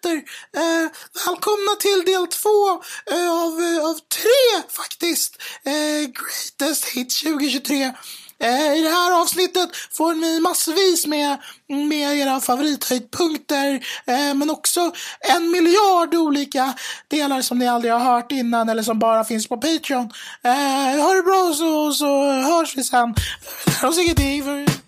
nyheter. Välkomna till del 2 av 3 faktiskt. Greatest Hits 2023. I det här avsnittet får ni massvis med era favorithöjdpunkter, men också 1 miljard olika delar som ni aldrig har hört innan eller som bara finns på Patreon. Ha det bra så hörs vi sen. Lär oss ingenting för...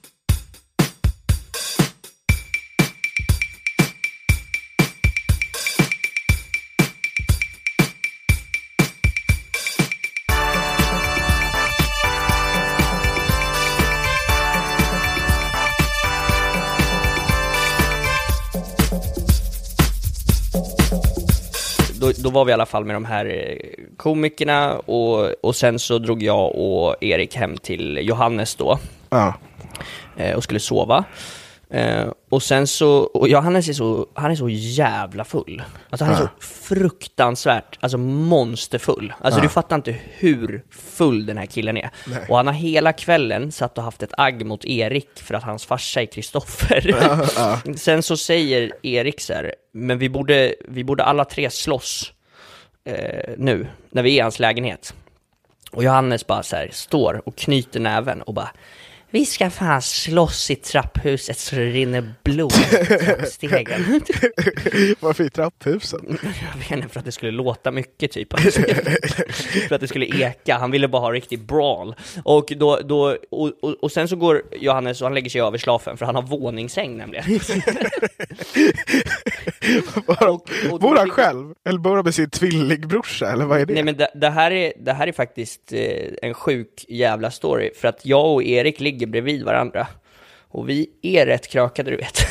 Då var vi i alla fall med de här komikerna och sen så drog jag och Erik hem till Johannes då. Och skulle sova. Och sen så, och Johannes han är så jävla full. Alltså han är så fruktansvärt, alltså monsterfull. Alltså du fattar inte hur full den här killen är. Nej. Och han har hela kvällen satt och haft ett agg mot Erik för att hans farsa är Kristoffer. Sen så säger Erik så här, men vi borde alla 3 slåss nu när vi är i hans lägenhet. Och Johannes bara så här står och knyter näven och bara, vi ska fan slåss i trapphuset så det rinner blod i trappstegen. Varför i trapphusen? Jag vet inte, för att det skulle låta mycket typ. Alltså. För att det skulle eka. Han ville bara ha riktigt brawl. Och sen så går Johannes och han lägger sig över slafen för han har våningssäng nämligen. Bor han själv? Eller bor han med sin tvillingbrorsa? Eller vad är det? Nej, men det här är faktiskt en sjuk jävla story. För att jag och Erik ligger bredvid varandra. Och vi är rätt krökade, du vet.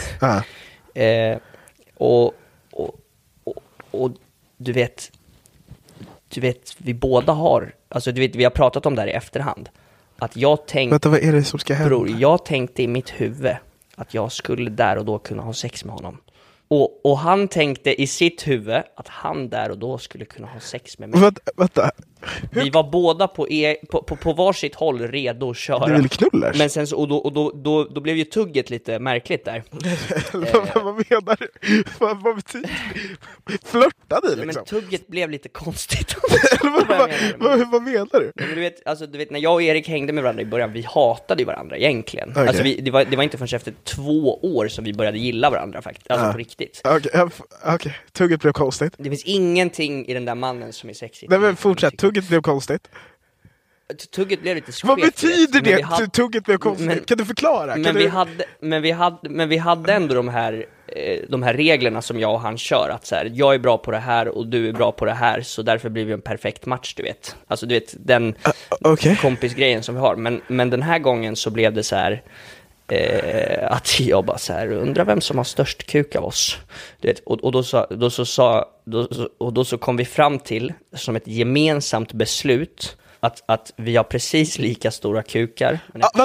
Och du vet, vi båda har... Alltså du vet, vi har pratat om det här i efterhand. Att jag tänkte... Vänta, vad är det som ska hända? Bror, jag tänkte i mitt huvud att jag skulle där och då kunna ha sex med honom. Och han tänkte i sitt huvud att han där och då skulle kunna ha sex med mig. Vänta. Vi var båda på varsitt håll redo att köra. Du vill knulla? Men sen så, och då blev ju tugget lite märkligt där. Vad menar du? Vad betyder det? Flörtade liksom? Men tugget blev lite konstigt. Vad menar du? Men du vet, när jag och Erik hängde med varandra i början, vi hatade ju varandra egentligen. Okay. Alltså det var inte förrän efter 2 år som vi började gilla varandra faktiskt. Alltså på riktigt. Okej. Tugget blev konstigt. Det finns ingenting i den där mannen som är sexigt. Nej, men fortsätt. Tugget blev konstigt. Tugget blev lite skevt. Vad betyder det? Tugget blev konstigt. Kan du förklara? Men vi hade ändå de här reglerna som jag och han kör. Att så här, jag är bra på det här och du är bra på det här. Så därför blir vi en perfekt match, du vet. Alltså du vet, den kompisgrejen som vi har. Men den här gången så blev det så här... att jag bara så här, undrar vem som har störst kuk av oss, du vet, och då så kom vi fram till som ett gemensamt beslut att vi har precis lika stora kukar.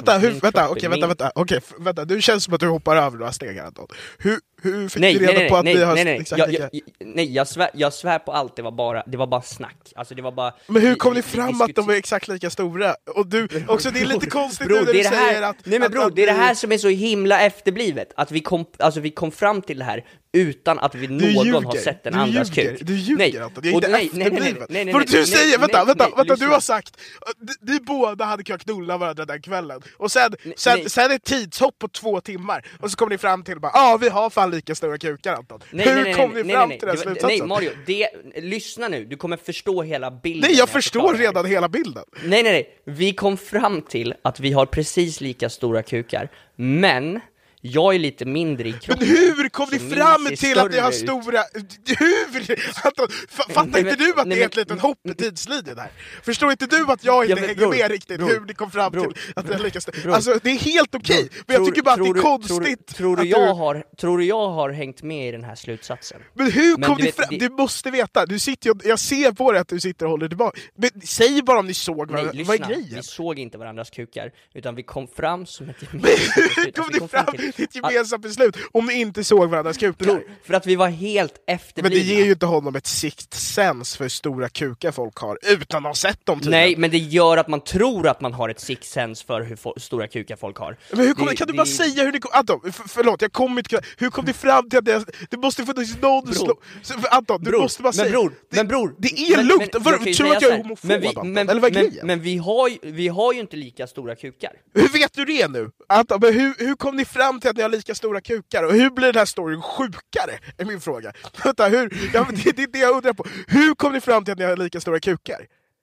Vänta, du känns som att du hoppar över några steg här, Anton. Hur fick du reda på att vi har exakt lika? Nej, jag svär på allt, det var bara snack. Alltså det var bara. Men hur kom ni fram att de var exakt lika stora? Och du också, det är lite konstigt bro, när du säger att... Nej men bro, det är det här som är så himla efterblivet. Att vi kom fram till det här utan att vi någon har sett den andras kuk. Du ljuger, Anton. Det är inte efterblivet. För du säger, vänta, du har sagt ni båda hade kunnat knulla varandra den kvällen. Och sen är det tidshopp på 2 timmar. Och så kommer ni fram till bara, vi har fan lika stora kukar, Anton. Hur kom ni fram till den slutsatsen? Nej, Mario, lyssna nu. Du kommer förstå hela bilden. Nej, jag förstår redan hela bilden. Nej. Vi kom fram till att vi har precis lika stora kukar. Men... jag är lite mindre i kroppen. Men hur kom ni fram till att ni har stora... Hur? Fattar inte du att det är ett litet hopp i tidslinjen där? Förstår inte du att jag inte hänger med riktigt hur ni kom fram till att det är lika stora? Alltså, det är helt okej. Men jag tycker bara att det är konstigt. Tror du jag har hängt med i den här slutsatsen? Men hur kom ni fram? Du måste veta. Jag ser på dig att du sitter och håller tillbaka. Men säg bara om ni såg varandra. Vad är grejen? Vi såg inte varandras kukar. Utan vi kom fram som ett... Men hur kom ni fram ett gemensamt beslut om ni inte såg varandras kukar? För att vi var helt efterblivna. Men det ger ju inte honom ett sixth sense för hur stora kukar folk har utan att ha sett dem tidigare. Nej, men det gör att man tror att man har ett sixth sense för hur stora kukar folk har. Men hur kan du bara säga hur ni kom... Anton, förlåt, jag kommer inte... Hur kom det fram till att det måste finnas någon... Anton, du måste bara säga... Men bror... Det är lugnt! Tror du att jag är homofob, eller vad är grejen? Men vi har ju inte lika stora kukar. Hur vet du det nu? Anton, men hur kom ni fram till att ni har lika stora kukar? Och hur blir den här storyn sjukare? Är min fråga. Vänta, det är det jag undrar på. Hur kom ni fram till att ni har lika stora kukar?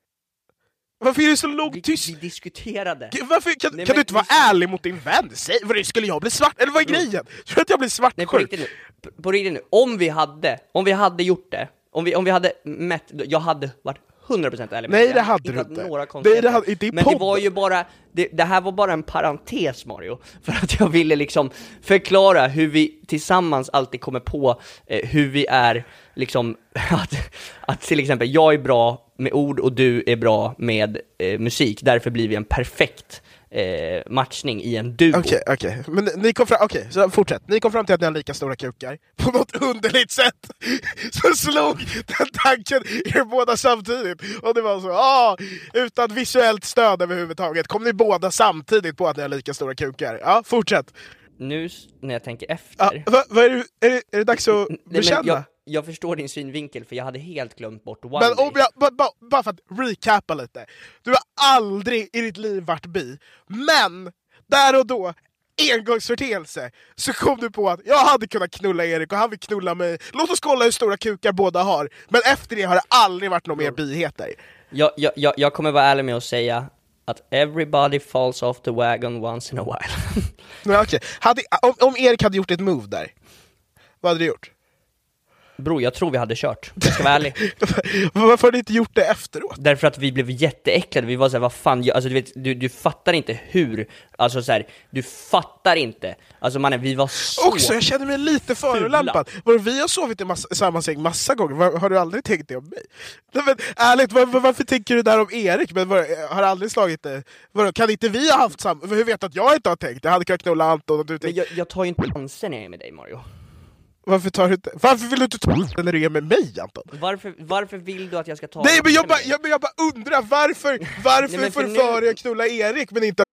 Varför är det så långt tyst? Vi diskuterade. Varför kan du inte vara ärlig mot din vän? Säg, skulle jag bli svart? Eller vad är grejen? Tror du att jag blir svartsjuk? Nej, på riktigt nu. Om vi hade gjort det. Om vi hade mätt... Jag hade varit 100% ärlig. Nej, det hade du inte. Men det var ju bara... Det här var bara en parentes, Mario. För att jag ville liksom förklara hur vi tillsammans alltid kommer på hur vi är liksom... Att till exempel jag är bra med ord och du är bra med musik. Därför blir vi en perfekt matchning i en duo. Okej. Men ni kom fram... Okej, så fortsätt. Ni kom fram till att ni har lika stora kukar. På något underligt sätt så slog den tanken er båda samtidigt. Och det var så, utan visuellt stöd överhuvudtaget. Kom ni båda samtidigt på att ni har lika stora kukar? Ja, fortsätt. Nu när jag tänker efter... Är det dags att bekänna? Jag förstår din synvinkel, för jag hade helt glömt bort One Men Day. om jag, bara för att recappa lite. Du har aldrig i ditt liv varit bi. Men, där och då, engångsförteelse, så kom du på att jag hade kunnat knulla Erik och han vill knulla mig. Låt oss kolla hur stora kukar båda har. Men efter det har det aldrig varit någon mer biheter. Jag kommer vara ärlig med att säga att everybody falls off the wagon once in a while. Men okej. Om Erik hade gjort ett move där, vad hade du gjort? Bro, jag tror vi hade kört. Jag ska vara ärlig. Varför har du inte gjort det efteråt? Därför att vi blev jätteäcklade. Vi var såhär, vad fan, alltså du fattar inte hur. Alltså såhär, du fattar inte. Alltså mannen, vi var så... Också, jag känner mig lite förolämpad. Vi har sovit i samma säng massa gånger. Har du aldrig tänkt det om mig? Men ärligt, varför tänker du där om Erik? Men har aldrig slagit det? Kan inte vi ha haft samma... Hur vet att jag inte har tänkt? Jag hade kunnat knulla Anton och du tänkte... Men jag tar ju inte chansen när jag är med dig, Mario. Varför vill du inte ta när du är med mig, Anton? Varför vill du att jag ska ta... Nej, men jag bara undrar varför förför jag knulla Erik men inte...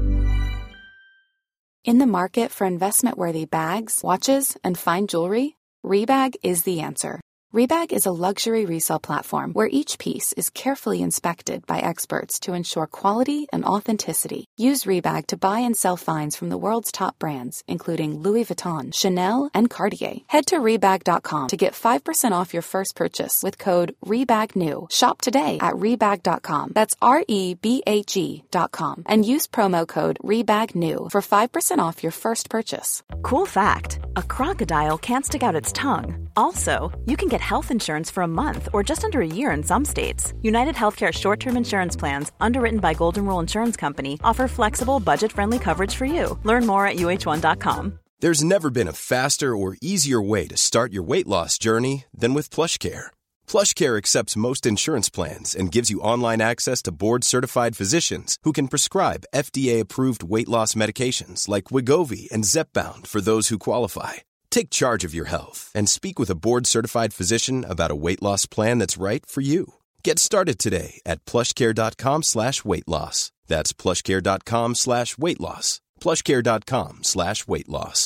In the market for investment-worthy bags, watches, and fine jewelry, Rebag is the answer. Rebag is a luxury resale platform where each piece is carefully inspected by experts to ensure quality and authenticity. Use Rebag to buy and sell finds from the world's top brands, including Louis Vuitton, Chanel, and Cartier. Head to Rebag.com to get 5% off your first purchase with code REBAGNEW. Shop today at Rebag.com. That's REBAG.com. And use promo code REBAGNEW for 5% off your first purchase. Cool fact, a crocodile can't stick out its tongue. Also, you can get health insurance for a month or just under a year in some states. United Healthcare short-term insurance plans, underwritten by Golden Rule Insurance Company, offer flexible, budget-friendly coverage for you. Learn more at UH1.com. There's never been a faster or easier way to start your weight loss journey than with PlushCare. PlushCare accepts most insurance plans and gives you online access to board-certified physicians who can prescribe FDA-approved weight loss medications like Wegovy and Zepbound for those who qualify. Take charge of your health and speak with a board-certified physician about a weight loss plan that's right for you. Get started today at plushcare.com/weightloss. That's plushcare.com/weightloss. plushcare.com/weightloss.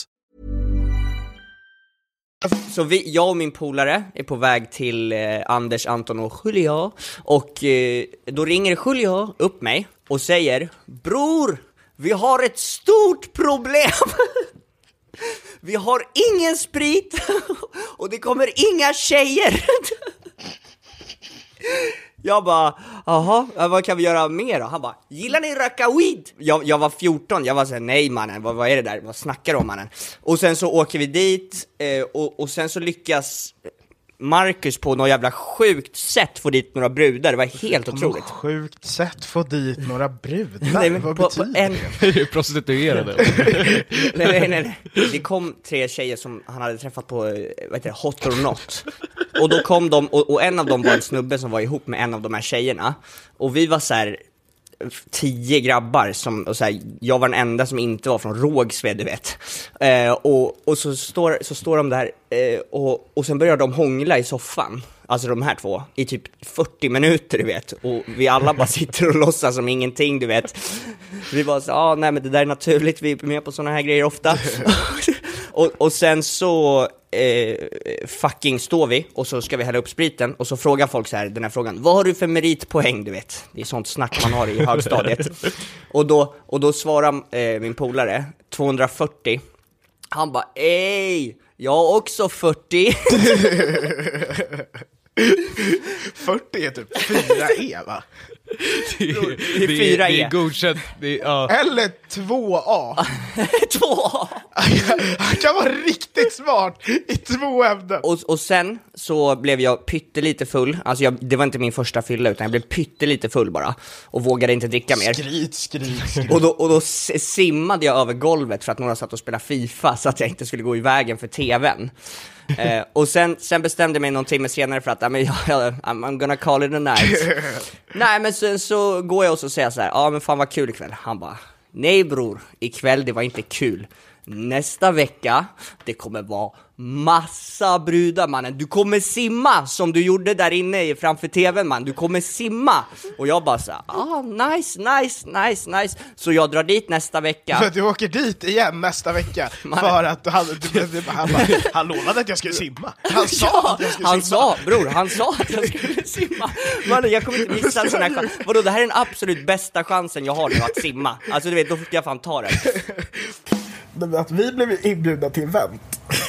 Så jag och min polare är på väg till Anders, Anton och Julia. Och då ringer Julia upp mig och säger: bror, vi har ett stort problem. Vi har ingen sprit och det kommer inga tjejer. Jag bara, jaha, vad kan vi göra mer då? Han bara, gillar ni röka weed? Jag var 14, jag var såhär, nej mannen, vad är det där? Vad snackar du om, mannen? Och sen så åker vi dit och sen så lyckas Marcus på något jävla sjukt sätt få dit några brudar. Det var helt otroligt. Sjukt sätt få dit några brudar? Nej, men vad betyder det? Prostituerade. nej. Det kom 3 tjejer som han hade träffat på Hot or Not. Och då kom de, och en av dem var en snubbe som var ihop med en av de här tjejerna. Och vi var så här, 10 grabbar som, och så här, jag var den enda som inte var från Rågsved, du vet. Och så står de där och sen börjar de hångla i soffan. Alltså de här två, i typ 40 minuter, du vet. Och vi alla bara sitter och låtsas som ingenting, du vet. Vi bara så, nej men det där är naturligt, vi är med på såna här grejer ofta. och sen så fucking står vi, och så ska vi hälla upp spriten. Och så frågar folk så här, den här frågan: vad har du för meritpoäng, du vet? Det är sånt snack man har i högstadiet. och då svarar min polare 240. Han bara, jag har också 40. 40 är typ 4E, va? Det är 4E. Det är godkänt. Eller 2A. 2A. Han kan vara riktigt smart i 2 ämnen. Och sen så blev jag pyttelite full. Alltså det var inte min första fylla, utan jag blev pyttelite full bara. Och vågade inte dricka mer. Skryt. Och då simmade jag över golvet för att några satt och spelade FIFA, så att jag inte skulle gå i vägen för tvn. Och sen bestämde jag mig någon timme senare för att I'm gonna call it a night. Nej, men sen så går jag och så säger så här: men fan vad kul ikväll. Han bara, nej bror, ikväll det var inte kul. Nästa vecka, det kommer vara massa brudar, mannen. Du kommer simma som du gjorde där inne framför tvn, man. Du kommer simma. Och jag bara så nice. Så jag drar dit nästa vecka. För att du åker dit igen nästa vecka. För att han lovade att jag skulle simma. Han sa att jag skulle simma. Han sa att jag skulle simma. Mannen, jag kommer inte missa en sån här chans. Vadå, det här är den absolut bästa chansen jag har nu att simma. Alltså du vet, då fick jag fan ta det. Att vi blev inbjudna till event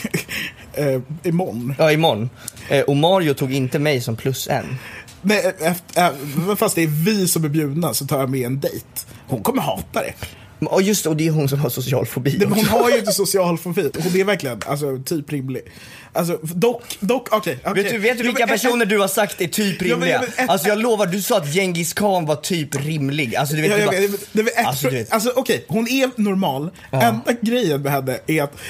imorgon. Ja, imorgon. Och Mario tog inte mig som +1. Nej, fast det är vi som är bjudna, så tar jag med en dejt. Hon kommer hata det. Och just det, och det är hon som har social fobi. Hon har ju inte social fobi. Hon är verkligen, alltså, typ rimlig. Alltså, dock, okej. Vet du vilka personer du har sagt är typ rimliga? Alltså jag lovar, du sa att Genghis Khan var typ rimlig. Alltså du vet, alltså okej, hon är normal. Enda grejen med henne är att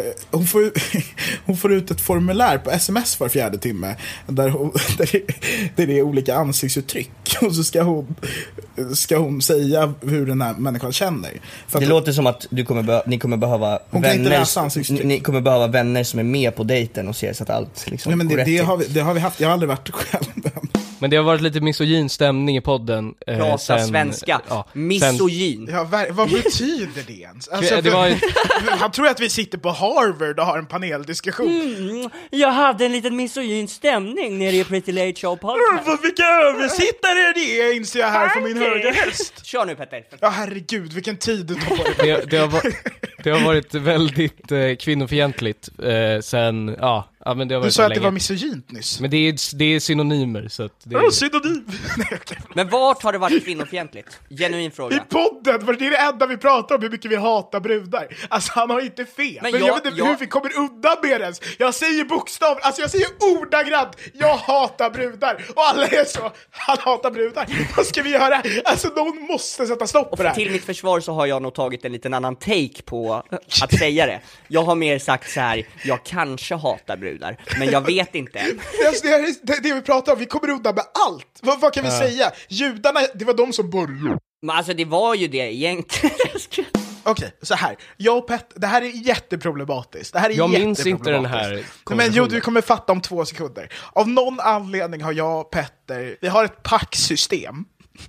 hon får ut ett formulär på SMS var 4:e timme där det är olika ansiktsuttryck, och så ska hon säga hur den här människan känner. För det låter som att ni kommer behöva ni kommer behöva vänner som är med på dejten och ser så att allt liksom. Ja, men det har vi haft. Jag har aldrig varit själv. Men det har varit lite misogyn stämning i podden. Prata svenska. Misogyn. Vad betyder det ens? Alltså, han tror att vi sitter på Harvard och har en paneldiskussion. Jag hade en liten misogyn stämning nere i Pretty Late Show podcast. Vilka översittare är det, inser jag här från min högra häst. Kör nu, Petter. Ja, herregud, vilken tid du tar på det. Det har varit väldigt kvinnofientligt sen, men det har varit. Du sa att länge. Det var misogynt nyss. Men det är synonymer, så att det är... synonym. Men vart har det varit kvinnofientligt? Genuin fråga. I podden, för det är det enda vi pratar om, hur mycket vi hatar brudar. Alltså han har inte fel. Men jag vet inte hur vi kommer undan med det. Jag säger bokstav, alltså jag säger ordagrant: jag hatar brudar. Och alla är så, han hatar brudar. Vad ska vi göra? Alltså någon måste sätta stopp på det här. Till mitt försvar så har jag nog tagit en liten annan take på att säga det. Jag har mer sagt så här: jag kanske hatar brudar, men jag vet inte. Det vi pratar om, vi kommer undan med allt. Vad kan vi säga? Judarna, det var de som började. Men alltså det var ju det egentligen. Okej, så här. Jag och Pet, det här är jätteproblematiskt. Det här är jag minns inte den här. Men du kommer fatta om 2 sekunder. Av någon anledning har jag och Petter, vi har ett packsystem.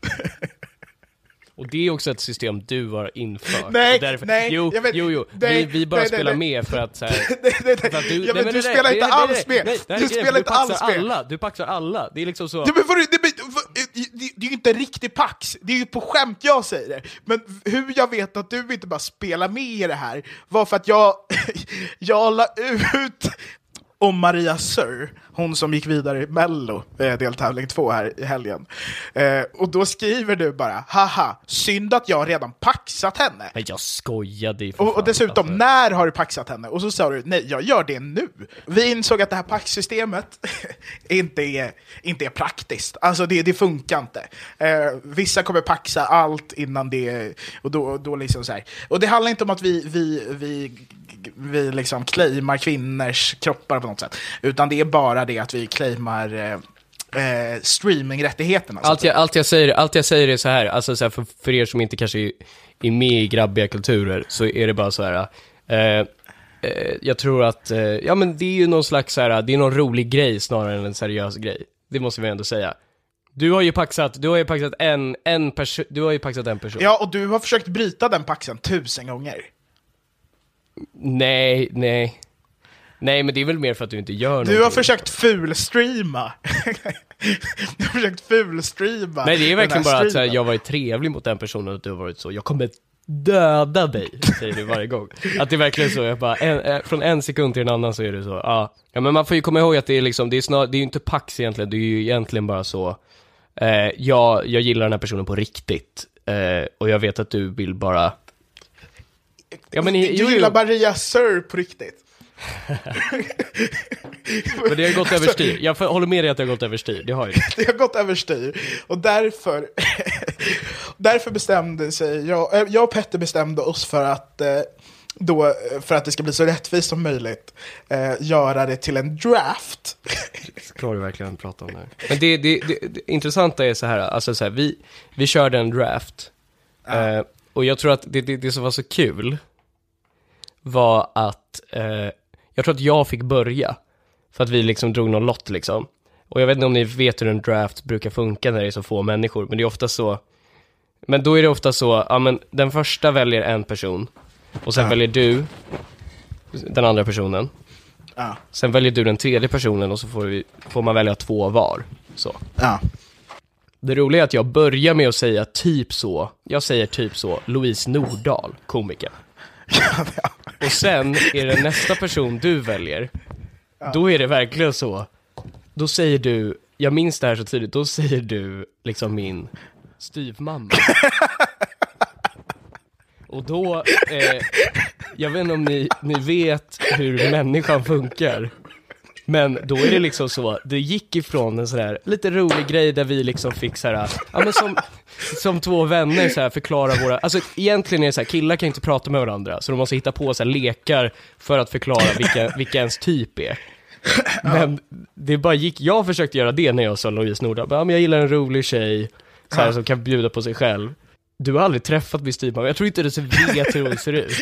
Och det är också ett system du har infört. Nej, därför, nej. Jo. Vi bara spelar med för att så här. Du spelar inte alls med. Du spelar inte alls med. Du paxar alla. Det är liksom så. Det är ju inte riktigt pax. Det är ju på skämt jag säger det. Men hur jag vet att du inte bara spelar med i det här var för att jag la ut om Maria Sir, hon som gick vidare i Mello, deltävling 2 här i helgen. Och då skriver du bara: haha, synd att jag redan paxat henne. Men jag skojade. Och dessutom, alltså, när har du paxat henne? Och så sa du: nej, jag gör det nu. Vi insåg att det här paxsystemet inte är praktiskt. Alltså det funkar inte. Vissa kommer paxa allt innan det, och då liksom så här. Och det handlar inte om att vi liksom claimar kvinnors kroppar på något sätt, utan det är bara det att vi claimar streamingrättigheterna. Allt jag säger är så här, alltså så här för er som inte kanske är med i grabbiga kulturer, så är det bara så här. Jag tror att ja, men det är ju någon slags så här, det är någon rolig grej snarare än en seriös grej. Det måste vi ändå säga. Du har ju paxat en person. Ja, och du har försökt bryta den paxen 1000 gånger. Nej, men det är väl mer för att du inte gör någonting. Du har försökt fulstreama. Nej, det är verkligen bara att så här, jag varit trevlig mot den personen och du har varit så, jag kommer döda dig, säger du varje gång. Att det är verkligen så, jag bara, från en sekund till en annan så är det så. Ja, men man får ju komma ihåg att det är liksom, det är ju inte pax egentligen, det är ju egentligen bara så. Jag gillar den här personen på riktigt. Och jag vet att du vill bara... Ja, men du gillar Maria Sir på riktigt. Men det har gått överstyr. Jag håller med dig att det har gått överstyr. Det har ju det har gått överstyr. Och därför bestämde sig jag och Petter bestämde oss för att för att det ska bli så rättvist som möjligt göra det till en draft. Ska du verkligen prata om det? Men det intressanta är så här, alltså så här, vi körde en draft. Och jag tror att det som var så kul var att jag tror att jag fick börja för att vi liksom drog någon lott liksom. Och jag vet inte om ni vet hur en draft brukar funka när det är så få människor, men det är ofta så. Men då är det ofta så, ja, men den första väljer en person och sen väljer du den andra personen. Sen väljer du den tredje personen och så får man välja 2 var. Så. Det roliga är att jag börjar med att säga typ så. Jag säger typ så, Louise Nordahl, komiker. Och sen är det nästa person du väljer. Då är det verkligen så. Då säger du, jag minns det här så tidigt, då säger du liksom min styvmamma. Och då, jag vet inte om ni vet hur människan funkar. Men då är det liksom så, det gick ifrån en sån här lite rolig grej där vi liksom fick så här, ja, men som 2 vänner så här förklara våra, alltså egentligen är det så här, killar kan inte prata med varandra så de måste hitta på så här lekar för att förklara vilka ens typ är. Men det bara gick, jag försökte göra det när jag sa Louise Nordahl, ja, men jag gillar en rolig tjej så här, som kan bjuda på sig själv. Du har aldrig träffat min styvmamma. Jag tror inte du vet hur hon ser ut.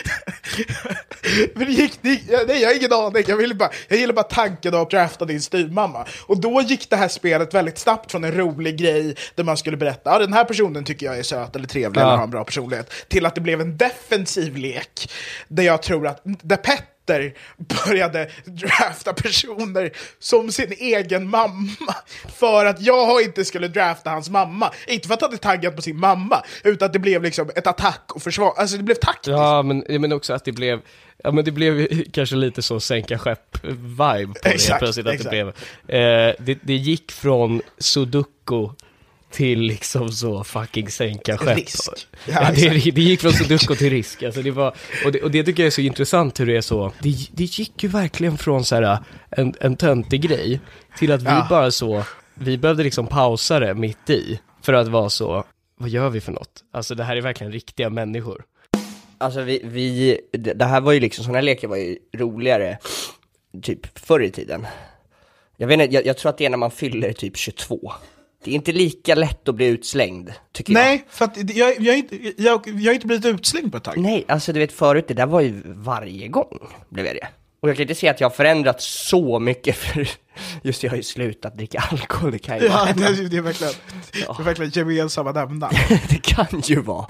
Men nej, jag har ingen aning. Jag gillar bara tanken av att drafta din styvmamma. Och då gick det här spelet väldigt snabbt från en rolig grej där man skulle berätta, den här personen tycker jag är söt eller trevlig eller har en bra personlighet, till att det blev en defensiv lek där jag tror att Petter började drafta personer som sin egen mamma för att jag inte skulle drafta hans mamma. Inte för att han är taggad på sin mamma, utan att det blev liksom ett attack och försvar. Alltså det blev taktiskt. Ja, men också att det blev, ja, men det blev kanske lite så sänka skepp-vibe på det plötsligt. Att det blev, det gick från Sudoku till liksom så fucking sänka skepp. Risk. Ja, det gick från Sudoku till risk. Alltså det var, och det tycker jag är så intressant hur det är så. Det gick ju verkligen från så här en töntig grej till att vi bara så, vi behövde liksom pausa det mitt i för att vara så, vad gör vi för något? Alltså det här är verkligen riktiga människor. Alltså det här var ju liksom, såna här lekar var ju roligare typ förr i tiden. Jag vet inte, jag tror att det är när man fyller typ 22. Det är inte lika lätt att bli utslängd, tycker jag. Nej, för att jag har inte blivit utslängd på ett tag. Nej, alltså du vet förut, det där var ju varje gång blev jag det. Och jag kan inte säga att jag har förändrat så mycket, för just jag har ju slutat dricka alkohol. Det kan ju vara. Det är verkligen gemensamma nämna. Det kan ju vara.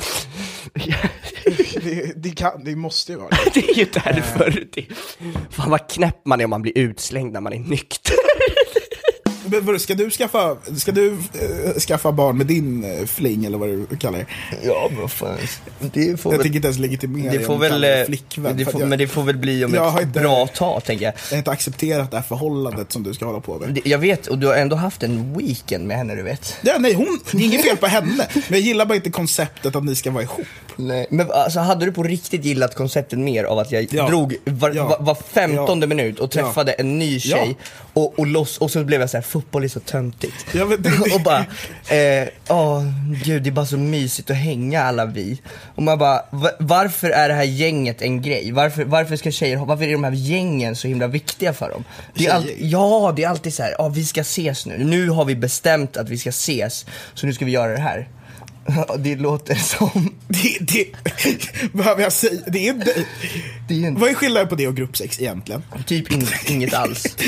Det måste ju vara det. Det är ju därför. Fan vad knäpp man är om man blir utslängd när man är nykter. Ska du skaffa barn med din fling eller vad du kallar det? Ja, vad fan. Jag tänker inte ens legitimera det får väl flickvän. Men det får väl bli om ett bra tag, tänker jag. Jag har inte accepterat det här förhållandet som du ska hålla på med. Jag vet, och du har ändå haft en weekend med henne, du vet. Ja, nej, det är inget fel på henne. Men jag gillar bara inte konceptet att ni ska vara ihop. Nej, men alltså hade du på riktigt gillat konceptet mer av att jag drog var 15:e minut och träffade en ny tjej och så blev jag så här, fotboll är så töntigt. Och bara gud, det är bara så mysigt att hänga alla vi. Och man bara, varför är det här gänget en grej? Varför ska tjejer, varför är de här gängen så himla viktiga för dem? Det är det är alltid så här, vi ska ses nu. Nu har vi bestämt att vi ska ses, så nu ska vi göra det här. Det låter som behöver jag säga, vad är skillnaden på det och gruppsex egentligen? Typ inget alls.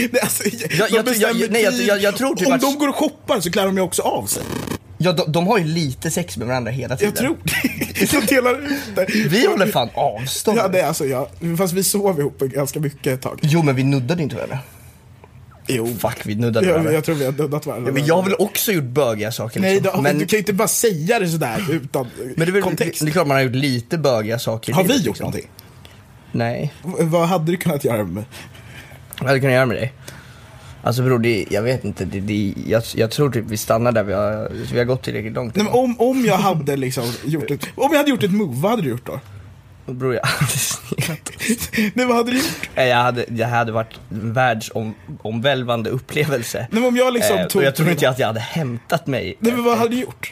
Jag tror typ om de går och shoppar så klarar de ju också av sig. Ja, de har ju lite sex med varandra hela tiden. Jag tror det. Vi håller fan avstånd. Ja, det är alltså fast vi sov ihop ganska mycket ett tag. Jo, men vi nuddade inte varandra. Jo, fuck, vi nuddade varandra. Jag tror vi har nuddat varandra. Men jag har väl också gjort bögiga saker liksom. Nej, men du kan ju inte bara säga det sådär utan kontext. Det är klart man har gjort lite bögiga saker. Har vi gjort någonting? Nej. Vad hade du kunnat göra med mig? Vad hade du kunnat göra med dig? Alltså bror, jag vet inte. Jag tror typ vi stannar där vi har gått tillräckligt långt. Nej, men om jag hade liksom om jag hade gjort ett move, vad hade du gjort då? Bror, jag hade snitt. Nej, vad hade du gjort? Jag hade varit världsomvälvande upplevelse. Nej, men om jag liksom och jag tror inte att jag hade hämtat mig. Nej, men vad hade du gjort?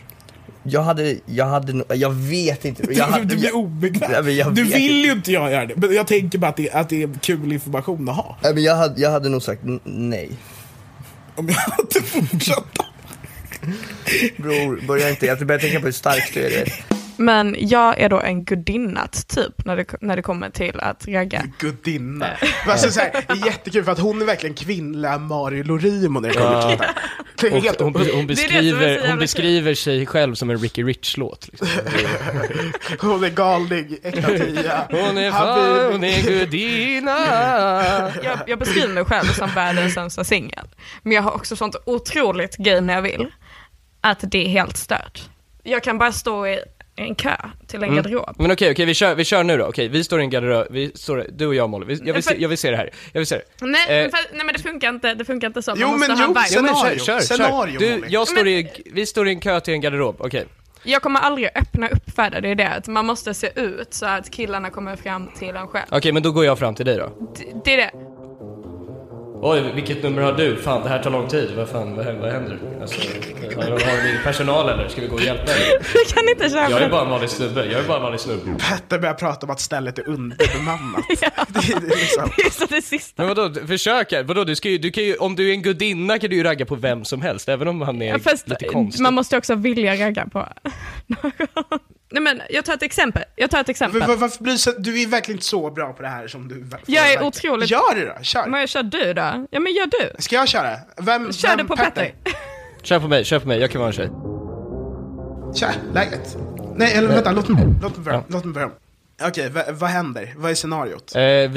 Jag vet inte. Du blir obekväm. Du vill ju inte göra det. Men jag tänker bara att det är kul information att ha. Men jag hade nog sagt nej. Om jag hade fortsatt. Bror, börja inte. Jag börjar tänka på hur starkt du är det. Men jag är då en gudinnat typ när det kommer till att ragga. Gudinna. Alltså, så här, det är jättekul för att hon är verkligen kvinnliga Mario Lorimo när det kommer till det. Hon beskriver sig själv som en Ricky Rich-låt. Liksom. Hon är galning, äkta tia. Hon är gudinna. Jag beskriver mig själv som världens sämsta singel. Men jag har också sånt otroligt gay när jag vill. Att det är helt stört. Jag kan bara stå i en kö till en garderob. Men okej, vi kör nu då. Okej, vi står i en garderob. Du och jag, Molly. Jag vill se det här. Nej, men det funkar inte så. Scenario. Vi står i en kö till en garderob. Okej. Jag kommer aldrig öppna upp för det. Det är det att man måste se ut så att killarna kommer fram till en själv. Okej, men då går jag fram till dig då. Det är det. Oj, vilket nummer har du? Fan, det här tar lång tid. Vad händer? Alltså, har vi personal eller? Ska vi gå och hjälpa dig? Vi kan inte köra. Jag är bara en vanlig snubbe. Petter börjar prata om att stället är underbemannat. Ja. Det är liksom... Det är så det sista. Men vadå, försök här. Vadå, du kan ju, om du är en gudinna kan du ju ragga på vem som helst. Även om han är lite konstig. Man måste också vilja ragga på någon. Nej, men jag tar ett exempel. Varför blir du är verkligen inte så bra på det här som du. Jag är otroligt. Gör det då, kör. Men kör du då? Ja, men gör du. Ska jag köra? Kör du på Petter? Kör på mig, jag kan vara en tjej. Tja, läget. Nej, eller vänta, låt mig börja. Okej, vad händer? Vad är scenariot?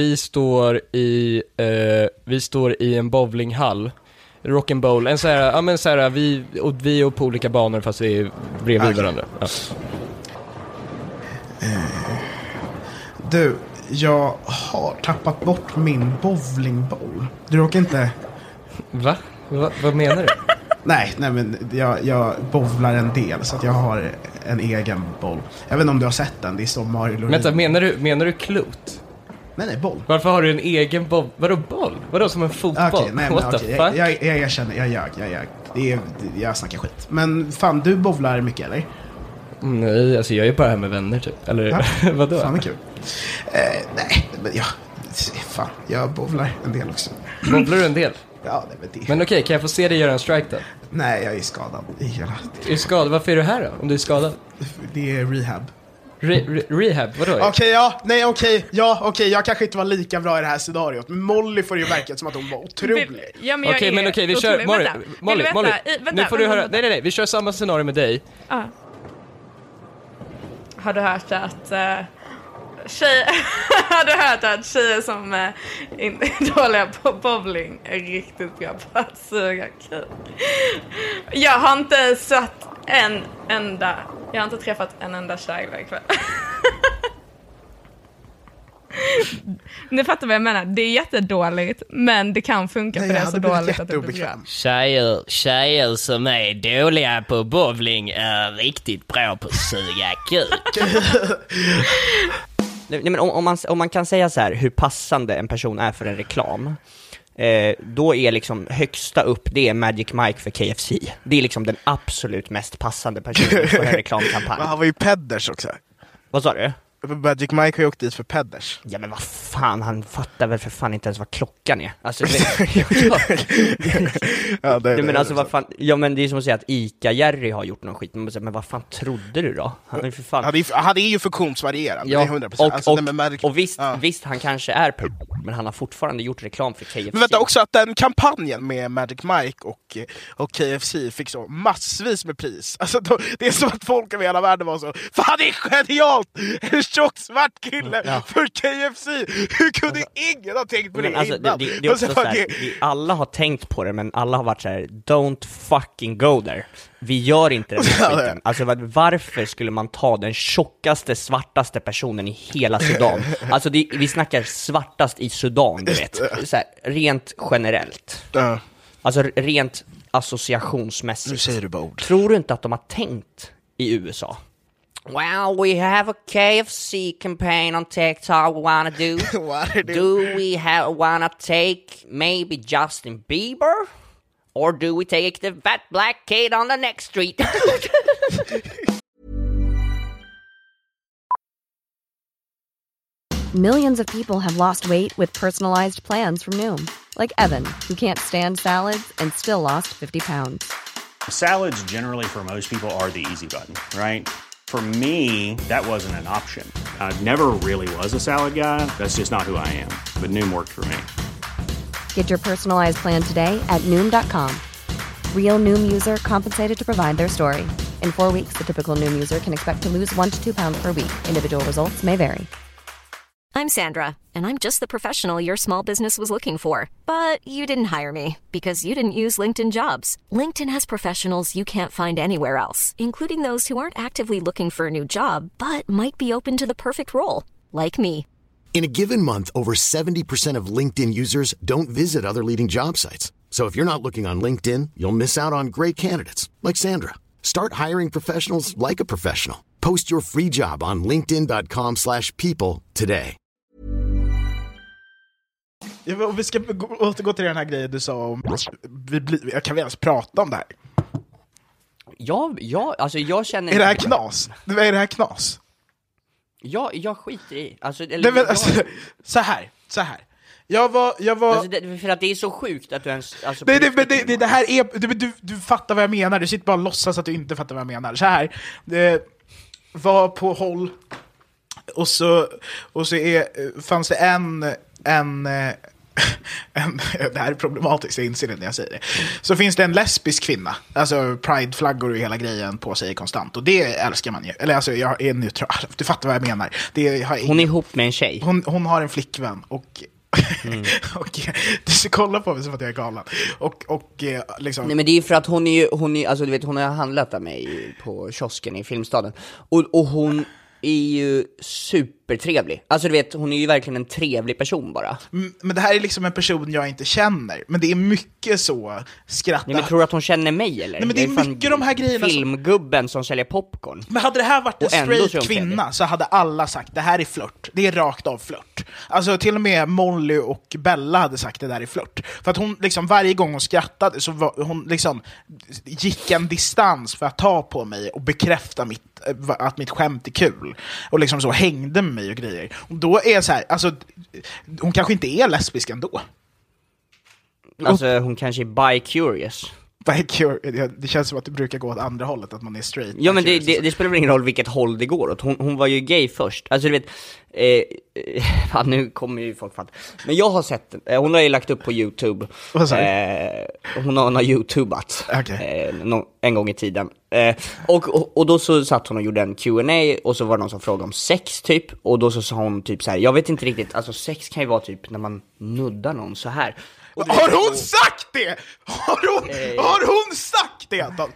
Vi står i en bowlinghall. Rock'n'bowl, en så här, vi är på olika banor fast vi är bredvid varandra. Ja. Du, jag har tappat bort min bowlingboll. Du råkar inte... Va? Vad menar du? Nej, men jag bowlar en del så att jag har en egen boll. Jag vet inte om du har sett den, det är så Mario Lorino. Vänta, menar du klot? Nej, boll. Varför har du en egen boll? Vadå boll? Vadå som en fotboll? Okej, nej, what the fuck? Jag känner, jag ljög. Jag snackar skit. Men fan, du bowlar mycket, eller? Nej, alltså jag är bara här med vänner typ. Eller vadå? Fan, vad kul. Nej, men jag bowlar en del också. Bowlar du en del? Ja, det är det. Men okej, kan jag få se dig göra en strike då? Nej, jag är skadad i hela... Är du skadad? Varför är du här då? Om du är skadad? Det är rehab. Rehab? Vadå? Okej, jag kanske inte var lika bra i det här scenariot. Men Molly får ju verka som att hon var otrolig. Okej, vi kör... Molly, nu får du höra... Nej, vi kör samma scenario med dig. Har du hört att... Har du hört att tjejer som är dåliga på bowling är riktigt bra på att suga kul? Jag har inte träffat en enda tjej ikväll. Ni fattar vad jag menar. Det är jättedåligt, men det kan funka för det är så dåligt att det blir bra. Tjejer som är dåliga på bowling är riktigt bra på att suga kuk. Nej, men om man kan säga så här, hur passande en person är för en reklam, då är liksom högsta upp, det är Magic Mike för KFC. Det är liksom den absolut mest passande personen för en reklamkampanj. Men han var ju pedders också. Vad sa du? Magic Mike har ju åkt dit för pedders. Ja, men vad fan, han fattar väl för fan inte ens vad klockan är. Alltså, men alltså vad fan, ja, men det är som att säga att Ica-Jerry har gjort någon skit. Men vad fan trodde du då? Han är för fan... Han är ju funktionsvarierad, ja, 100%. Och visst, han kanske är men han har fortfarande gjort reklam för KFC. Men vänta, också att den kampanjen med Magic Mike och KFC fick så massvis med pris. Alltså det är som att folk över hela världen var så, fan det är genialt! En tjock svart kille för KFC! Hur kunde ingen ha tänkt på det alltså, innan? Det är också så här, alla har tänkt på det, men alla har varit så här: don't fucking go there. Vi gör inte den här skiten. Alltså varför skulle man ta den tjockaste, svartaste personen i hela Sudan? Alltså vi snackar svartast i Sudan, du vet. Så här, rent generellt. Alltså rent associationsmässigt. Nu säger du bara ord. Tror du inte att de har tänkt i USA? Well, we have a KFC campaign on TikTok we wanna do. Do we wanna take maybe Justin Bieber? Or do we take the fat black kid on the next street? Millions of people have lost weight with personalized plans from Noom. Like Evan, who can't stand salads and still lost 50 pounds. Salads generally for most people are the easy button, right? For me, that wasn't an option. I never really was a salad guy. That's just not who I am. But Noom worked for me. Get your personalized plan today at Noom.com. Real Noom user compensated to provide their story. In 4 weeks, the typical Noom user can expect to lose 1 to 2 pounds per week. Individual results may vary. I'm Sandra, and I'm just the professional your small business was looking for. But you didn't hire me because you didn't use LinkedIn Jobs. LinkedIn has professionals you can't find anywhere else, including those who aren't actively looking for a new job, but might be open to the perfect role, like me. In a given month, over 70% of LinkedIn users don't visit other leading job sites. So if you're not looking on LinkedIn, you'll miss out on great candidates like Sandra. Start hiring professionals like a professional. Post your free job on linkedin.com/people today. Vi ska återgå till den här grejen du sa om jag kan väl ens prata om det här. Ja, alltså jag känner... Är det här knas? Vad är det här knas? Jag skiter i. Alltså, så här. Jag var... Alltså, för att det är så sjukt att du ens... Alltså, det här är... Du fattar vad jag menar. Du sitter bara och låtsas att du inte fattar vad jag menar. Så här. Det var på håll. Och så fanns det en det här är problematiskt, jag inser det när jag säger det. Så finns det en lesbisk kvinna, alltså prideflaggor och hela grejen på sig konstant, och det älskar man ju. Eller alltså, jag är neutral, du fattar vad jag menar. Hon är ihop med en tjej. Hon har en flickvän och och du ska kolla på mig som att jag är galen. Och liksom... Nej, men det är för att hon är alltså du vet, hon har handlat av mig på kiosken i Filmstaden. Och hon är ju supertrevlig. Alltså du vet, hon är ju verkligen en trevlig person bara. Men det här är liksom en person jag inte känner. Men det är mycket så skratta. Nej, men tror du att hon känner mig eller? Nej, men det är mycket de här grejerna. Filmgubben som säljer popcorn. Men hade det här varit en straight kvinna så hade alla sagt det här är flört. Det är rakt av flört. Alltså till och med Molly och Bella hade sagt det där är flört. För att hon liksom varje gång hon skrattade så var hon liksom gick en distans för att ta på mig och bekräfta att mitt skämt är kul. Och liksom så hängde med mig och grejer. Och då är så här, alltså hon kanske inte är lesbisk ändå. Alltså hon kanske är bi-curious. Det känns som att det brukar gå åt andra hållet, att man är straight. Ja, men det spelar ingen roll vilket håll det går åt. Hon var ju gay först. Alltså du vet, fan, nu kommer ju folk fatta. Men jag har sett, hon har ju lagt upp på YouTube. Hon har YouTubat en gång i tiden. Och då så satt hon och gjorde en Q&A, och så var det någon som frågade om sex typ. Och då så sa hon typ så här, jag vet inte riktigt, alltså sex kan ju vara typ när man nuddar någon så här. Har hon sagt det? Har hon sagt det?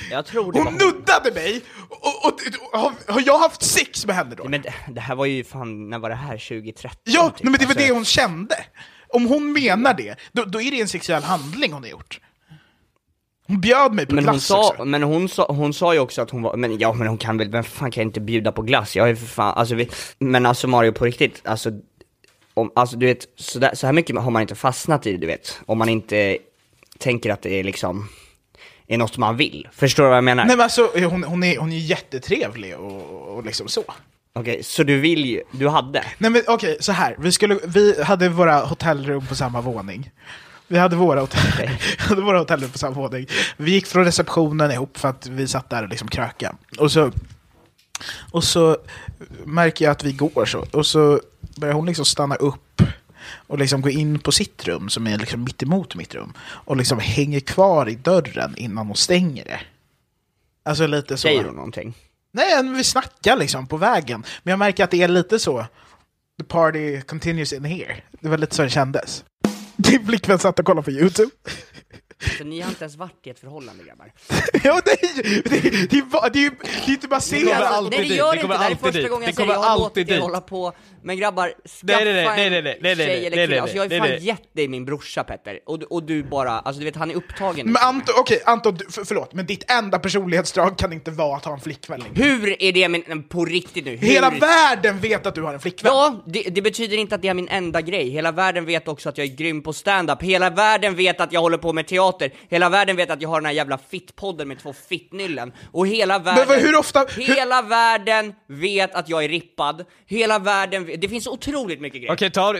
Jag tror det. Hon nuddade mig och har jag haft sex med henne då? Men det här var ju fan, när var det här? 2013? Ja, typ. men det var det hon kände. Om hon menar det, då är det en sexuell handling hon har gjort. Hon bjöd mig på glass också. Men hon sa ju också att hon var... Men hon kan väl... Vem fan kan inte bjuda på glass? Jag är för fan... Alltså, men alltså Mario, på riktigt... Alltså du vet... Så här mycket har man inte fastnat i, du vet. Om man inte tänker att det är liksom... är något man vill. Förstår du vad jag menar? Nej, men alltså, hon är jättetrevlig och liksom så. Okej, så du hade? Nej, men okej, så här. Vi hade våra hotellrum på samma våning. Vi hade våra hotellrum på samma våning. Vi gick från receptionen ihop för att vi satt där och liksom kröka. Och så märker jag att vi går så. Och så börjar hon liksom stanna upp och liksom gå in på sitt rum som är liksom mitt emot mitt rum. Och liksom hänger kvar i dörren innan hon stänger det. Alltså lite så. Säger hon någonting? Nej, vi snackar liksom på vägen. Men jag märker att det är lite så. The party continues in here. Det var lite så det kändes. Din flickvän satt och kollade på YouTube. Så ni har inte ens varit i ett förhållande, grabbar? Ja, det är inte baserat. Nej, det gör inte. Det här är första gången jag säger jag har låtit er hålla på. Men grabbar, skaffa en tjej eller kille. Alltså jag har ju fan gett dig min brorsa, Petter. Och du bara, alltså du vet, han är upptagen. Men Anton, förlåt. Men ditt enda personlighetsdrag kan inte vara att ha en flickvän. Hur är det på riktigt nu? Hela världen vet att du har en flickvän. Ja, det betyder inte att det är min enda grej. Hela världen vet också att jag är grym på stand-up. Hela världen vet att jag håller på med teater. Hela världen vet att jag har den här jävla fittpodden med 2 fittnyllen. Och hela världen... Men hur ofta... Hela världen vet att jag är rippad. Hela världen... Det finns otroligt mycket grejer. Okej, ta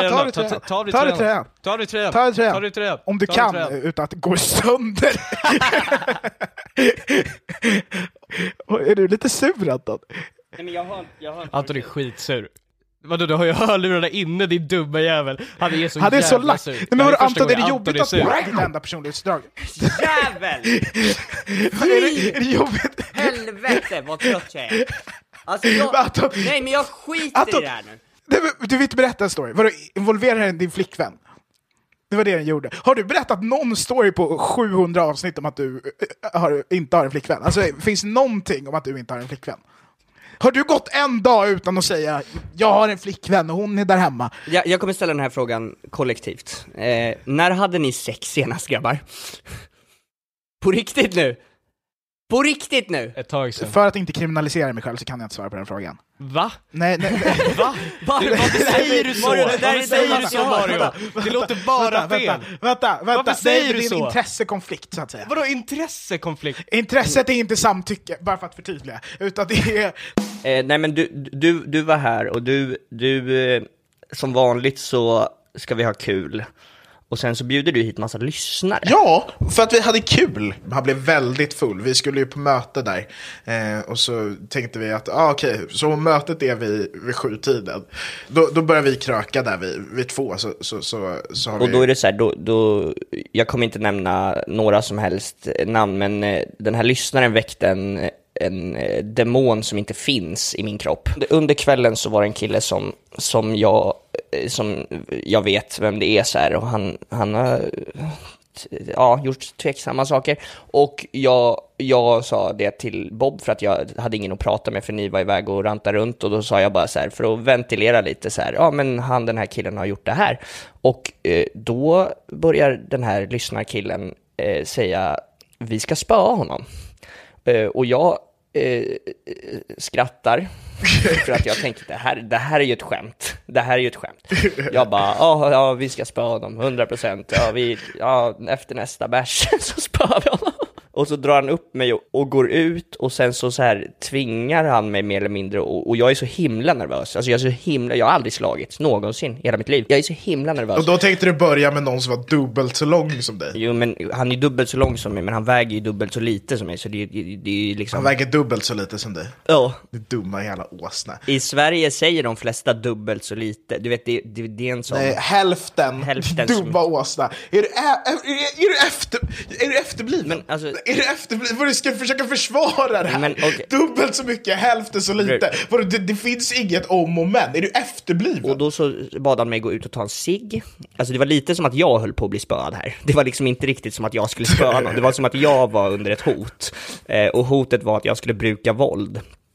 du tröjan. Om du kan, utan att det går sönder. Är du lite sur, Anton? Nej, men jag har Anton är skitsur. Vadå, du har ju hörlurarna inne, din dumma jävel. Han är så jävla sur. Nej, men vadå, Anton, är det jobbigt att vara ditt enda personlighetsdrag? Jävel! Är det jobbigt? Helvete, vad trött jag är. Alltså, nej, men jag skiter i det här nu. Du vill inte berätta en story. Vadå, involverar din flickvän? Det var det den gjorde. Har du berättat någon story på 700 avsnitt om att du inte har en flickvän? Alltså, finns någonting om att du inte har en flickvän? Har du gått en dag utan att säga jag har en flickvän och hon är där hemma? Jag kommer ställa den här frågan kollektivt. När hade ni sex senast, grabbar? På riktigt nu? På riktigt nu? Ett tag sedan. För att inte kriminalisera mig själv så kan jag inte svara på den frågan. Va? Nej. Va? Varför säger du så? Varför säger du så, Mario? Det låter bara fel. Vänta. Varför säger du så? Det är en intressekonflikt, så att säga. Vadå intressekonflikt? Intresset är inte samtycke, bara för att förtydliga. Utan det är... nej, men du var här och du som vanligt så ska vi ha kul. Och sen så bjuder du hit massa lyssnare. Ja, för att vi hade kul. Han blev väldigt full. Vi skulle ju på möte där. Och så tänkte vi att, okej, så mötet är vid 7-tiden. Då börjar vi kröka där vid 2. Så har vi... Och då är det så här, då, jag kommer inte nämna några som helst namn, men den här lyssnaren väckte en demon som inte finns i min kropp. Under kvällen så var det en kille som jag vet vem det är så här, och han har gjort tveksamma saker, och jag sa det till Bob för att jag hade ingen att prata med, för ni var iväg och ranta runt, och då sa jag bara så här, för att ventilera lite så här, men den här killen har gjort det här, och då börjar den här lyssnarkillen säga vi ska spöa honom. Och jag skrattar för att jag tänker det här är ju ett skämt. Det här är ju ett skämt. Jag bara, vi ska spöa honom 100%. Efter nästa bärs så spöar vi honom. Och så drar han upp mig och går ut, och sen så här tvingar han mig mer eller mindre, och jag är så himla nervös. Alltså jag har aldrig slagits någonsin i hela mitt liv. Jag är så himla nervös. Och då tänkte du börja med någon som var dubbelt så lång som dig? Jo, men han är dubbelt så lång som mig, men han väger ju dubbelt så lite som mig, så det är liksom... Han väger dubbelt så lite som dig? Ja. Det dumma jävla åsna. I Sverige säger de flesta dubbelt så lite. Du vet, det är en sån... Nej, hälften dumma åsna. Är du efterbliven? Men alltså... Är du efterbliven? Du ska försöka försvara det här. Men, okay. Dubbelt så mycket, hälften så lite. Det finns inget om och men. Är du efterbliven? Och då så bad han mig gå ut och ta en cigg. Alltså det var lite som att jag höll på att bli spöad här. Det var liksom inte riktigt som att jag skulle spöa någon. Det var som att jag var under ett hot. Och hotet var att jag skulle bruka våld.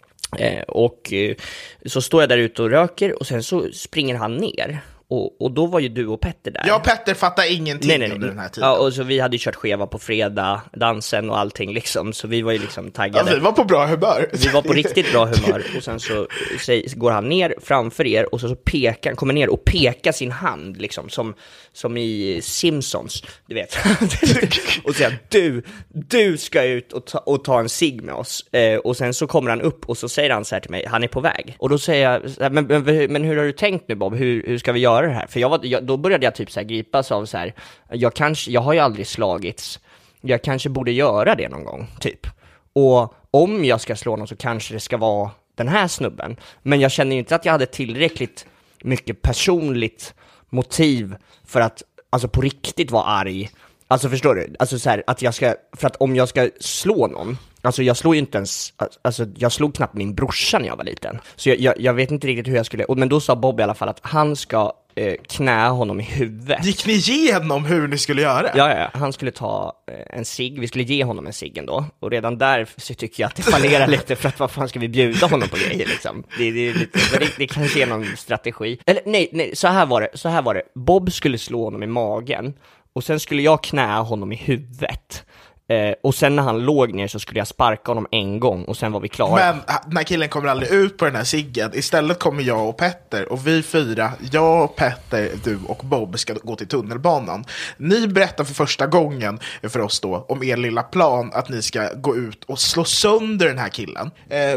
Så står jag där ute och röker och sen så springer han ner. Och då var ju du och Petter där. Jag och Petter fattar ingenting under den här tiden. Ja, och så vi hade ju kört skeva på fredag, dansen och allting liksom. Så vi var ju liksom taggade. Ja, vi var på bra humör. Vi var på riktigt bra humör. Och sen så går han ner framför er och så kommer ner och pekar sin hand liksom som i Simpsons, du vet. Och säger du ska ut och ta en cigg med oss. Och sen så kommer han upp och så säger han så här till mig, han är på väg. Och då säger jag, men hur har du tänkt nu Bob? Hur ska vi göra det här? För då började jag typ så här gripas av så här, jag har ju aldrig slagits. Jag kanske borde göra det någon gång, typ. Och om jag ska slå någon så kanske det ska vara den här snubben. Men jag känner ju inte att jag hade tillräckligt mycket personligt motiv för att alltså på riktigt vara arg. Alltså förstår du? Alltså så här, för att om jag ska slå någon, alltså jag slår ju inte ens, alltså jag slog knappt min brorsa när jag var liten. Så jag vet inte riktigt hur jag skulle, men då sa Bob i alla fall att han ska knä honom i huvudet. Gick ni igenom hur ni skulle göra? Ja, han skulle ta en cigg, vi skulle ge honom en cigg ändå. Och redan där så tycker jag att det fallerar lite, för att vad fan ska vi bjuda honom på grejer liksom? Det kanske är någon strategi. Eller nej, så här var det. Bob skulle slå honom i magen och sen skulle jag knä honom i huvudet. Och sen när han låg ner så skulle jag sparka honom en gång och sen var vi klara. Men den här killen kommer aldrig ut på den här ciggen. Istället kommer jag och Petter, och vi fyra, jag, Petter, du och Bob, ska gå till tunnelbanan. Ni berättar för första gången för oss då om er lilla plan att ni ska gå ut och slå sönder den här killen.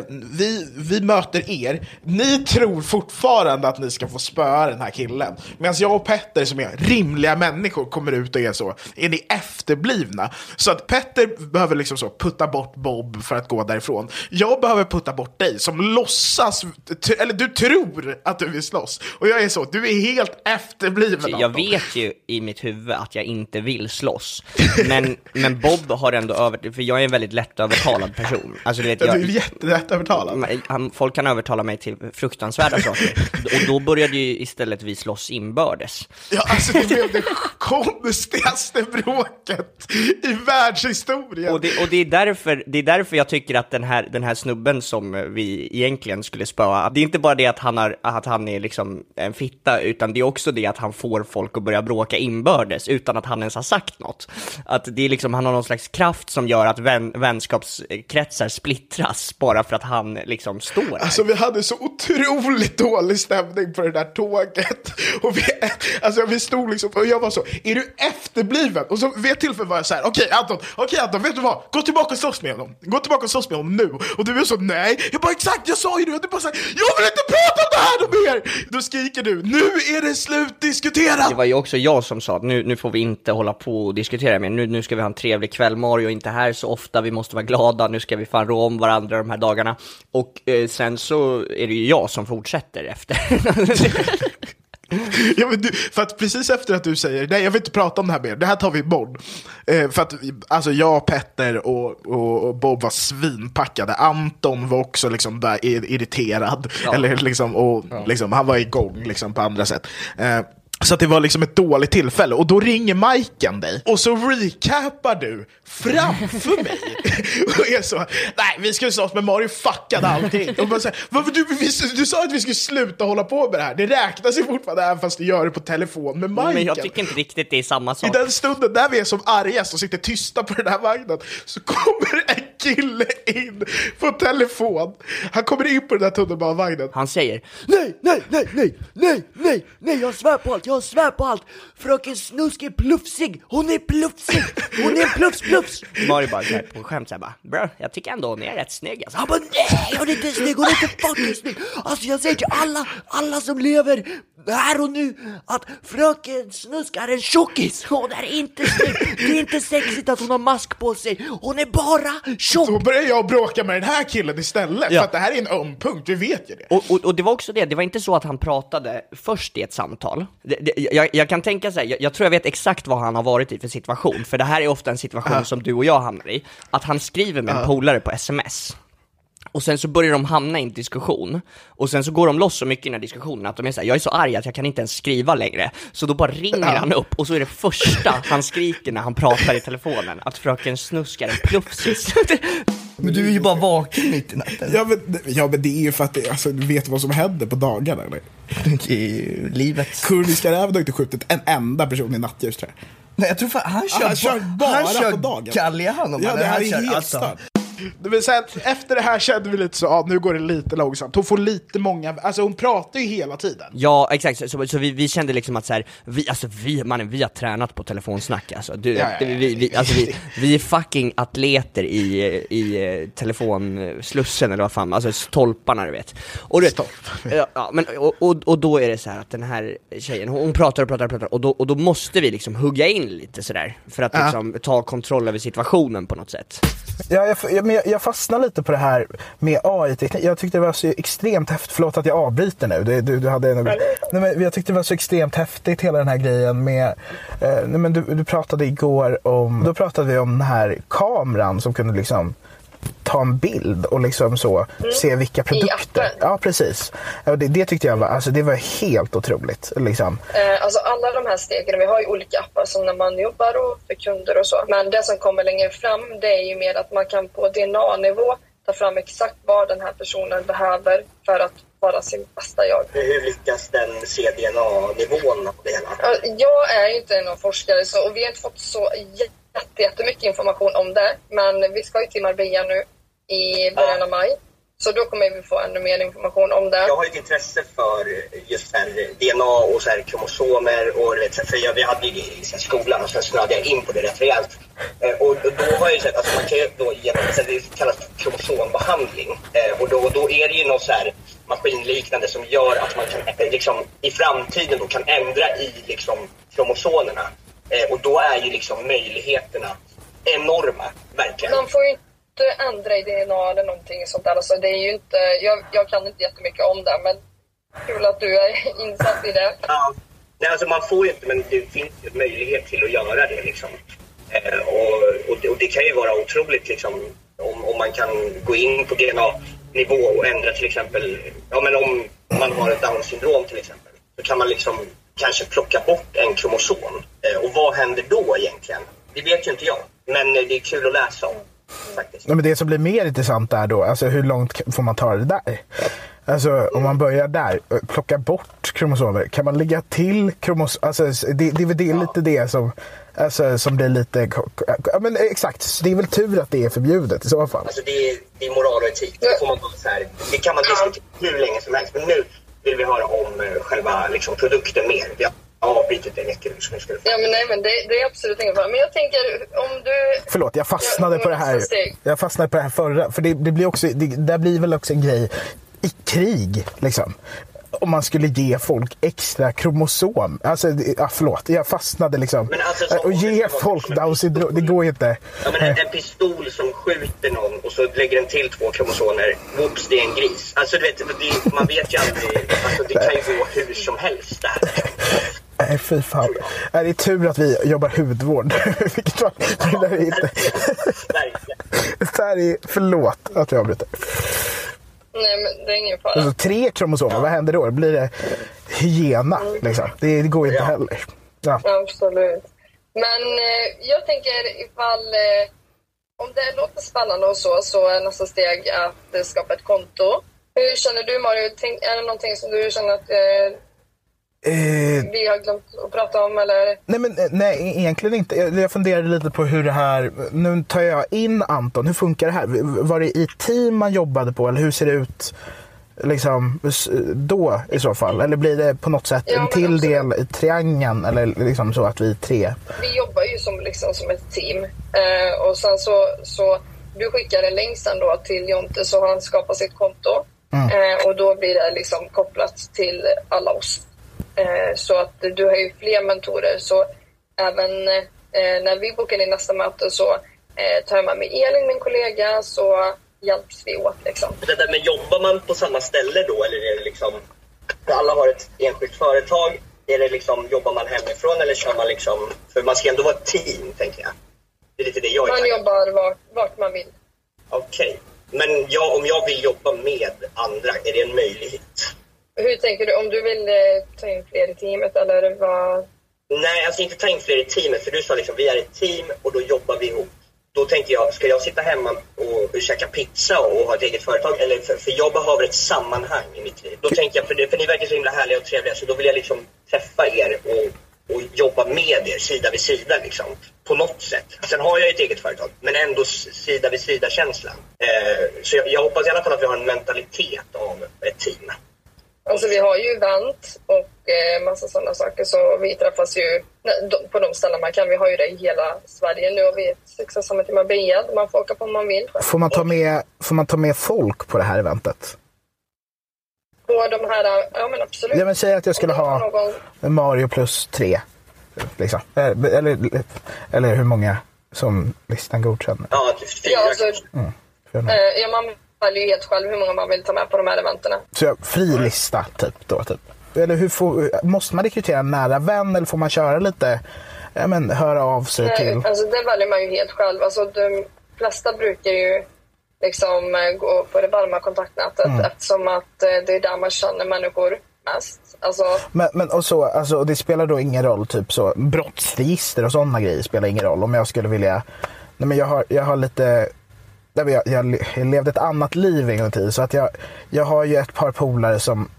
Vi möter er. Ni tror fortfarande att ni ska få spöa den här killen, medan jag och Petter, som är rimliga människor, kommer ut och är ni efterblivna. Så att Petter behöver liksom så putta bort Bob för att gå därifrån. Jag behöver putta bort dig som låtsas, eller du tror att du vill slåss. Och jag är så, du är helt efterbliven. Jag vet ju i mitt huvud att jag inte vill slåss. Men Bob har ändå för jag är en väldigt lätt övertalad person. Alltså, du vet, du är jättelätt övertalad. Folk kan övertala mig till fruktansvärda saker. Och då började ju istället vi slåss inbördes. Ja, alltså det blev det konstigaste bråket i världshistorien. Och det är därför jag tycker att den här snubben som vi egentligen skulle spöa, det är inte bara det att han är liksom en fitta, utan det är också det att han får folk att börja bråka inbördes utan att han ens har sagt något. Att det är liksom, han har någon slags kraft som gör att vänskapskretsar splittras bara för att han liksom står där. Alltså vi hade så otroligt dålig stämning på det där tåget. Och vi stod liksom, och jag var så, är du efterbliven? Och så vid ett tillfälle var jag så här, okej Anton, vet du vad? Gå tillbaka och slåss med honom nu. Och du är så, nej. Jag bara, exakt, jag sa ju det. Och du bara så här, jag vill inte prata om det här mer. Då skriker du, nu är det slut diskuterat. Det var ju också jag som sa att nu får vi inte hålla på och diskutera mer. Nu ska vi ha en trevlig kväll. Mario är inte här så ofta, vi måste vara glada. Nu ska vi fan rå om varandra de här dagarna. Och sen så är det ju jag som fortsätter efter. Ja, men för att precis efter att du säger nej, jag vill inte prata om det här mer, det här tar vi imorgon, för att alltså jag, Petter och Bob var svinpackade. Anton var också liksom där irriterad, eller liksom, och liksom, han var igång liksom på andra sätt. Så att det var liksom ett dåligt tillfälle. Och då ringer Majken dig. Och så recapar du framför mig. Och är så, nej, vi skulle slåss med Mario, fuckade allting. Och bara så här, du sa att vi skulle sluta hålla på med det här. Det räknas ju fortfarande även fast du gör det på telefon med Majken. Men jag tycker inte riktigt det är samma sak. I den stunden där vi är som argast och sitter tysta på den här vagnen, så kommer en kille in på telefon. Han kommer in på den där tunnelbanevagnen. Han säger, nej, jag svär på allt. Fröken Snusk är plufsig. Hon är plufs. Mario bara så här, på skämt så här, bro, jag tycker ändå hon är rätt snygg alltså. Han bara, nej, hon är inte snygg, hon är inte fucking snygg. Alltså jag säger till alla som lever här och nu att Fröken Snusk är en tjockis. Hon är inte snygg. Det är inte sexigt att hon har mask på sig. Hon är bara Så börjar jag bråka med den här killen istället. För att det här är en öm punkt, vi vet ju det. Och det var också det var inte så att han pratade först i ett samtal. Jag kan tänka så här, jag tror jag vet exakt vad han har varit i för situation. För det här är ofta en situation som du och jag hamnar i. Att han skriver med en polare på sms. Och sen så börjar de hamna i en diskussion. Och sen så går de loss så mycket i den här diskussionen att de är så här, jag är så arg att jag kan inte ens skriva längre. Så då bara ringer han upp. Och så är det första han skriker när han pratar i telefonen att fröken Snusk är en plufsis. Men du är ju bara vaken mitt i natten. Ja men det är ju för att du vet vad som händer på dagarna eller? Det är ju livet. Kurdiska räven har inte skjutit en enda person i nattljus, tror jag. Nej, jag tror han kör bara på dagen. Kalliga han. Ja, det här är helt stört. Det vill säga att efter det här kände vi lite så, nu går det lite långsamt. Hon får lite många, alltså hon pratar ju hela tiden. Ja, exakt. Så vi kände liksom att så här, vi har tränat på telefonsnack alltså. Vi är fucking atleter i telefonslussen eller vad fan, alltså stolparna, du vet. Och och då är det så här att den här tjejen, hon pratar och då måste vi liksom hugga in lite så där för att liksom ta kontroll över situationen på något sätt. Ja, jag fastnar lite på det här med AI-teknik. Jag tyckte det var så extremt häftigt. Förlåt att jag avbryter nu. Du hade men jag tyckte det var så extremt häftigt hela den här grejen med men du pratade igår om, då pratade vi om den här kameran som kunde liksom ta en bild och liksom så se vilka produkter. Ja, precis. Det tyckte jag var, alltså det var helt otroligt liksom. Alltså alla de här stegen, vi har ju olika appar som när man jobbar och för kunder och så. Men det som kommer längre fram, det är ju mer att man kan på DNA-nivå ta fram exakt vad den här personen behöver för att vara sin bästa jag. Hur lyckas den se DNA-nivån på det hela? Jag är ju inte någon forskare och vi har inte fått så jättemycket information om det, men vi ska ju till Marbella nu i början av maj, så då kommer vi få ännu mer information om det. Jag har ett intresse för just här DNA och så här kromosomer och för vi hade ju i skolan och sen snöade jag in på det rätt rejält. Och då har jag ju sett att man kan ju då genom det kallas kromosombehandling och då är det ju något så här maskinliknande som gör att man kan liksom i framtiden då kan ändra i liksom kromosomerna. Och då är ju liksom möjligheterna enorma, verkligen. Man får ju inte ändra i DNA eller någonting sånt där. Alltså det är ju inte, jag kan inte jättemycket om det, men kul att du är insatt i det. Ja, nej, alltså man får ju inte, men det finns ju möjlighet till att göra det liksom. Och det kan ju vara otroligt liksom, om man kan gå in på DNA-nivå och ändra till exempel, ja men om man har ett Down-syndrom till exempel, så kan man liksom kanske plocka bort en kromosom. Och vad händer då egentligen? Det vet ju inte jag. Men det är kul att läsa om, faktiskt. Men det som blir mer intressant är då, alltså hur långt får man ta det där? Alltså om man börjar där, plocka bort kromosomer, kan man lägga till kromosomer? Alltså det är väl lite det som, alltså, som blir lite, men exakt, det är väl tur att det är förbjudet i så fall. Alltså det är moral och etik. Det får man bara så här, det kan man diskutera hur länge som helst. Men nu vill vi höra om själva liksom, produkten mer. Vi har avbrytit det mycket. Ja, men nej, men det är absolut inget problem. Men jag tänker, om du... Förlåt, jag fastnade på det här. Jag fastnade på det här förra. För det blir också, det blir väl också en grej i krig, liksom. Om man skulle ge folk extra kromosom. Alltså, förlåt, jag fastnade liksom. Men alltså, och ge folk Down-syndrom, det går inte. Ja, men en pistol som skjuter någon och så lägger den till 2 kromosomer, whoops, det är en gris. Alltså, du vet, man vet ju aldrig, alltså, det kan ju gå hur som helst där. Nej, fy fan. Det är tur att vi jobbar hudvård. Vilket var, det där är inte... Det här är, förlåt att jag avbryter. Nej, men det är ingen fara. Alltså, 3 kromosomer, vad händer då? Blir det hyena, liksom? Det går inte heller. Ja. Absolut. Men jag tänker ifall... om det låter spännande och så är nästa steg att skapa ett konto. Hur känner du, Mario? Är det någonting som du känner att... vi har glömt att prata om, eller? Nej, egentligen inte. Jag funderade lite på hur det här... Nu tar jag in Anton. Hur funkar det här? Var det i team man jobbade på? Eller hur ser det ut liksom, då i så fall? Eller blir det på något sätt en till del i triangeln? Eller liksom så att vi är 3? Vi jobbar ju som ett team. Och sen så du skickar en länk sen då till Jonte, så han skapar sitt konto. Och då blir det liksom kopplat till alla oss. Så att du har ju fler mentorer, så även när vi bokar in nästa möte så tar jag med mig Elin, min kollega, så hjälps vi åt liksom. Det där med, jobbar man på samma ställe då, eller är det liksom alla har ett enskilt företag? Är det liksom, jobbar man hemifrån eller kör man liksom, för man ska ändå vara ett team, tänker jag. Det är lite det jag Man jobbar vart man vill. Okej. Men om jag vill jobba med andra, är det en möjlighet? Hur tänker du? Om du vill ta in fler i teamet eller vad? Nej, alltså inte ta in fler i teamet. För du sa liksom, vi är ett team och då jobbar vi ihop. Då tänkte jag, ska jag sitta hemma och käka pizza och ha ett eget företag? Eller för jag behöver ett sammanhang i mitt liv. Då tänkte jag, för ni verkar så himla härliga och trevliga, så då vill jag liksom träffa er och jobba med er sida vid sida liksom, på något sätt. Sen har jag ett eget företag, men ändå sida vid sida känslan. Så jag hoppas i alla fall att vi har en mentalitet av ett team. Alltså vi har ju event och massa sådana saker, så vi träffas ju på de ställen man kan. Vi har ju det i hela Sverige. Nu har vi ett successsamarbete med Marbella. Man får åka på om man vill. Får man ta med folk på det här eventet? På de här, ja men absolut. Ja, men säg att jag skulle ha Mario plus 3 liksom. Eller hur många som listan godkänner. Ja, alltså, man väljer ju helt själv hur många man vill ta med på de här eventerna. Så fri lista typ. Eller måste man rekrytera en nära vän, eller får man köra lite, höra av sig till? Alltså det väljer man ju helt själv. Alltså de flesta brukar ju liksom gå på det varma kontaktnätet eftersom att det är där man känner människor mest. Alltså... Men och så, alltså, det spelar då ingen roll, typ så brottsregister och sådana grejer spelar ingen roll om jag skulle vilja. Nej, men jag har lite, jag levde ett annat liv en gång till, så att jag har ju ett par polare som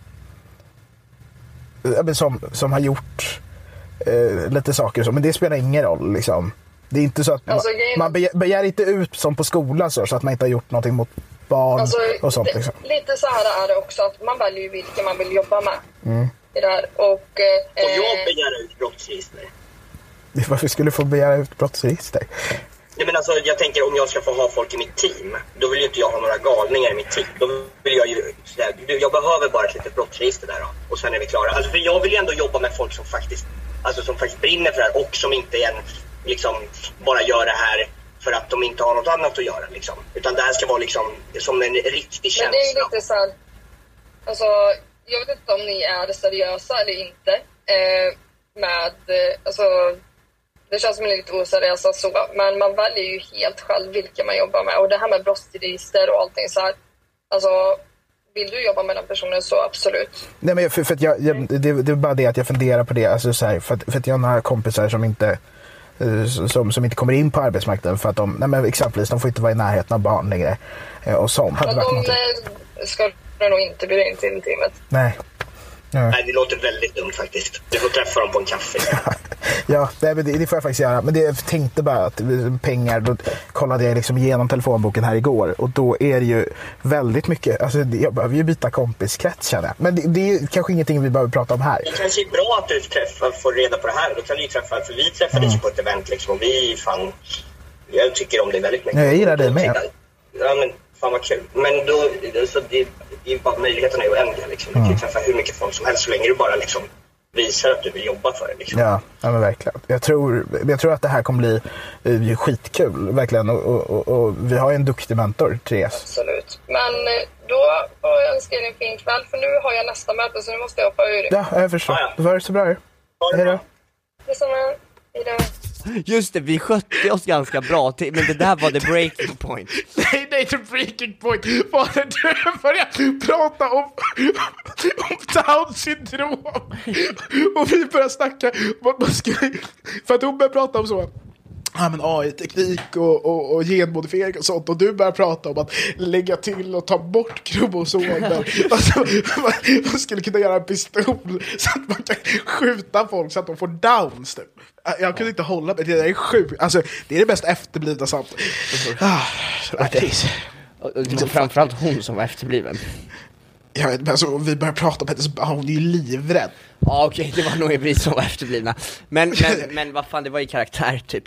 har gjort lite saker och så, men det spelar ingen roll liksom. Det är inte så att man begär inte ut som på skolan så att man inte har gjort någonting mot barn och sånt liksom. Lite så här är det också, att man väljer ju vilka man vill jobba med i det här. Och jag begär ut brottsregister. Varför skulle du få begära ut brottsregister? Nej, men alltså, jag tänker, om jag ska få ha folk i mitt team, då vill ju inte jag ha några galningar i mitt team. Då vill jag behöver bara ett litet brottsregister där då, och sen är vi klara. Alltså, för jag vill ju ändå jobba med folk som faktiskt brinner för det här och som inte liksom bara gör det här för att de inte har något annat att göra liksom. Utan det här ska vara liksom som en riktig känsla. Men det är ju lite så här, alltså, jag vet inte om ni är seriösa eller inte alltså, det känns som en lite oseriösa så, men man väljer ju helt själv vilka man jobbar med. Och det här med brottsregister och allting så här, alltså, vill du jobba med den personen så absolut. Nej, men för att det är bara det att jag funderar på det, alltså så här, för att jag har några kompisar som inte inte kommer in på arbetsmarknaden för att exempelvis de får inte vara i närheten av barn längre och sånt. De ska nog inte bli in till teamet. Nej. Nej, det låter väldigt dumt faktiskt. Du får träffa dem på en kaffe. det får jag faktiskt göra. Men jag tänkte bara att pengar, då kollade jag liksom igenom telefonboken här igår. Och då är det ju väldigt mycket, alltså jag behöver ju byta kompiskrets, känner jag. Men det är kanske ingenting vi behöver prata om här. Det kanske är bra att du får reda på det här. Då kan du ju träffa, för vi träffades ju på ett event liksom. Och jag tycker om det väldigt mycket. Jag gillar det med. Ja, men fan vad kul. Men då, så det är bara möjligheterna är oändliga liksom. Du kan träffa hur mycket folk som helst så länge du bara liksom visar att du vill jobba för det liksom. Ja, men verkligen. Jag tror att det här kommer bli skitkul, verkligen. Och vi har ju en duktig mentor, Therese. Absolut. Men då får jag önska er en fin kväll, för nu har jag nästa möte så nu måste jag hoppa ur. Ja, jag förstår. Det var så bra. Hej då. Detsamma. Hej då. Just det, vi skötte oss ganska bra till, men det där var the breaking point. Nej, the breaking point var när du började prata om Down syndrom. Och vi började snacka om att man skulle, för att hon började prata om så AI-teknik och genmodifiering och sånt, och du börjar prata om att lägga till och ta bort kromosomer. Alltså, man skulle kunna göra en pistol så att man kan skjuta folk så att de får downs typ. Jag kunde inte hålla mig, det är sjukt. Alltså, det är det bäst efterblivna samt. Framförallt hon som var efterbliven. Jag vet, men alltså, vi börjar prata om hennes, hon är ju livrädd. Ja, okej, det var nog vi som var efterblivna. Men vad fan, det var ju karaktär typ.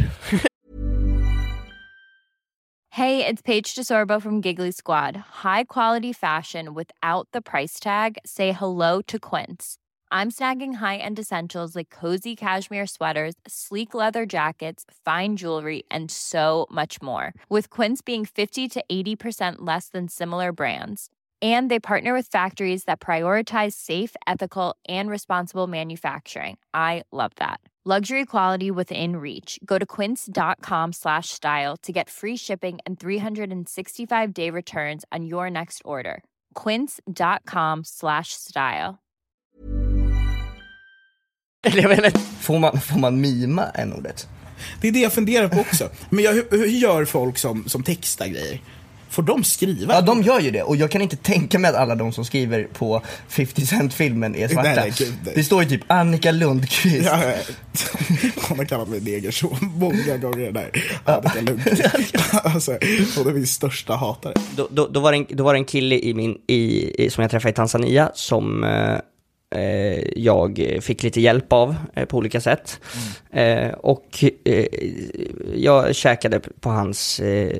Hey, it's Paige DeSorbo from Giggly Squad. High quality fashion without the price tag. Say hello to Quince. I'm snagging high-end essentials like cozy cashmere sweaters, sleek leather jackets, fine jewelry, and so much more. With Quince being 50 to 80% less than similar brands. And they partner with factories that prioritize safe, ethical, and responsible manufacturing. I love that. Luxury quality within reach. Go to quince.com/style to get free shipping and 365-day returns on your next order. Quince.com/style. Får man mima en ordet? Det är det jag funderar på också. Men hur gör folk som textar grejer? Får de skriva? Ja, de gör ju det. Och jag kan inte tänka mig att alla de som skriver på 50 Cent-filmen är svarta. Nej, det står ju typ Annika Lundqvist. Ja, hon har kallat mig neger så många gånger där. Annika Lundqvist. Alltså, hon är min största hatare. Då var det en kille som jag träffade i Tanzania som jag fick lite hjälp av på olika sätt. Och jag käkade på hans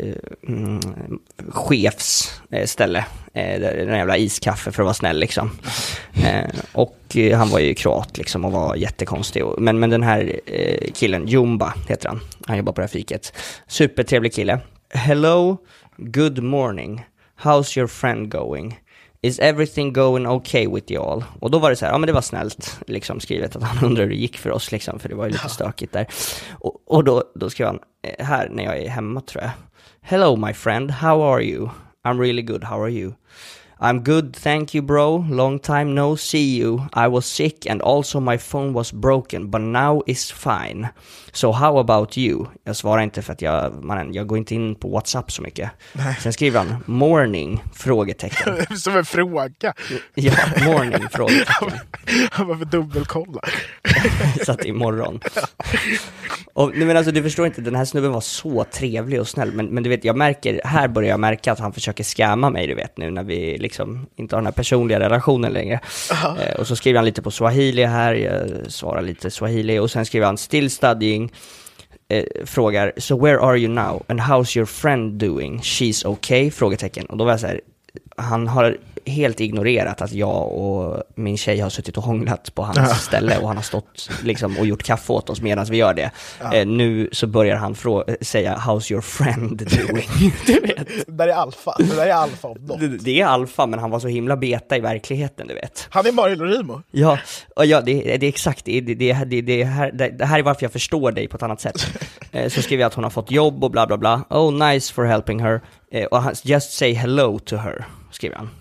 chefs ställe, den jävla iskaffe för att vara snäll liksom. Och han var ju kroat liksom och var jättekonstig. Men den här killen, Jumba heter han jobbar på det här fiket. Supertrevlig kille. Hello, good morning. How's your friend going? Is everything going okay with you all? Och då var det så här, ja men det var snällt liksom skrivet att han undrar hur det gick för oss liksom, för det var ju lite stökigt där. Och då skrev han här när jag är hemma tror jag. Hello my friend, how are you? I'm really good, how are you? I'm good, thank you bro. Long time no see you. I was sick and also my phone was broken, but now is fine. So how about you? Jag svarar inte för att jag går inte in på WhatsApp så mycket. Nej. Sen skriver han morning, frågetecken. Som en fråga. Ja, morning, frågetecken. Han var för dubbelkolla. Så att imorgon. Och, men alltså du förstår inte, den här snubben var så trevlig och snäll. Men du vet, här börjar jag märka att han försöker scamma mig, du vet, nu när vi liksom inte har den här personliga relationen längre. Och så skriver han lite på Swahili här, jag svarar lite Swahili. Och sen skriver han still studying, frågar so where are you now and how's your friend doing? She's okay? Frågetecken. Och då var jag så här, han har helt ignorerat att jag och min tjej har suttit och hånglat på hans ställe och han har stått liksom och gjort kaffe åt oss medan vi gör det. Nu så börjar han säga how's your friend doing? Du vet. Det där är alfa. Det där är alfa av något. Det är alfa, men han var så himla beta i verkligheten, du vet. Han är Mario Lorimo. Ja, det är exakt. Det här är varför jag förstår dig på ett annat sätt. Så skriver jag att hon har fått jobb och bla bla bla. Oh, nice for helping her. Och han, just say hello to her, skriver han.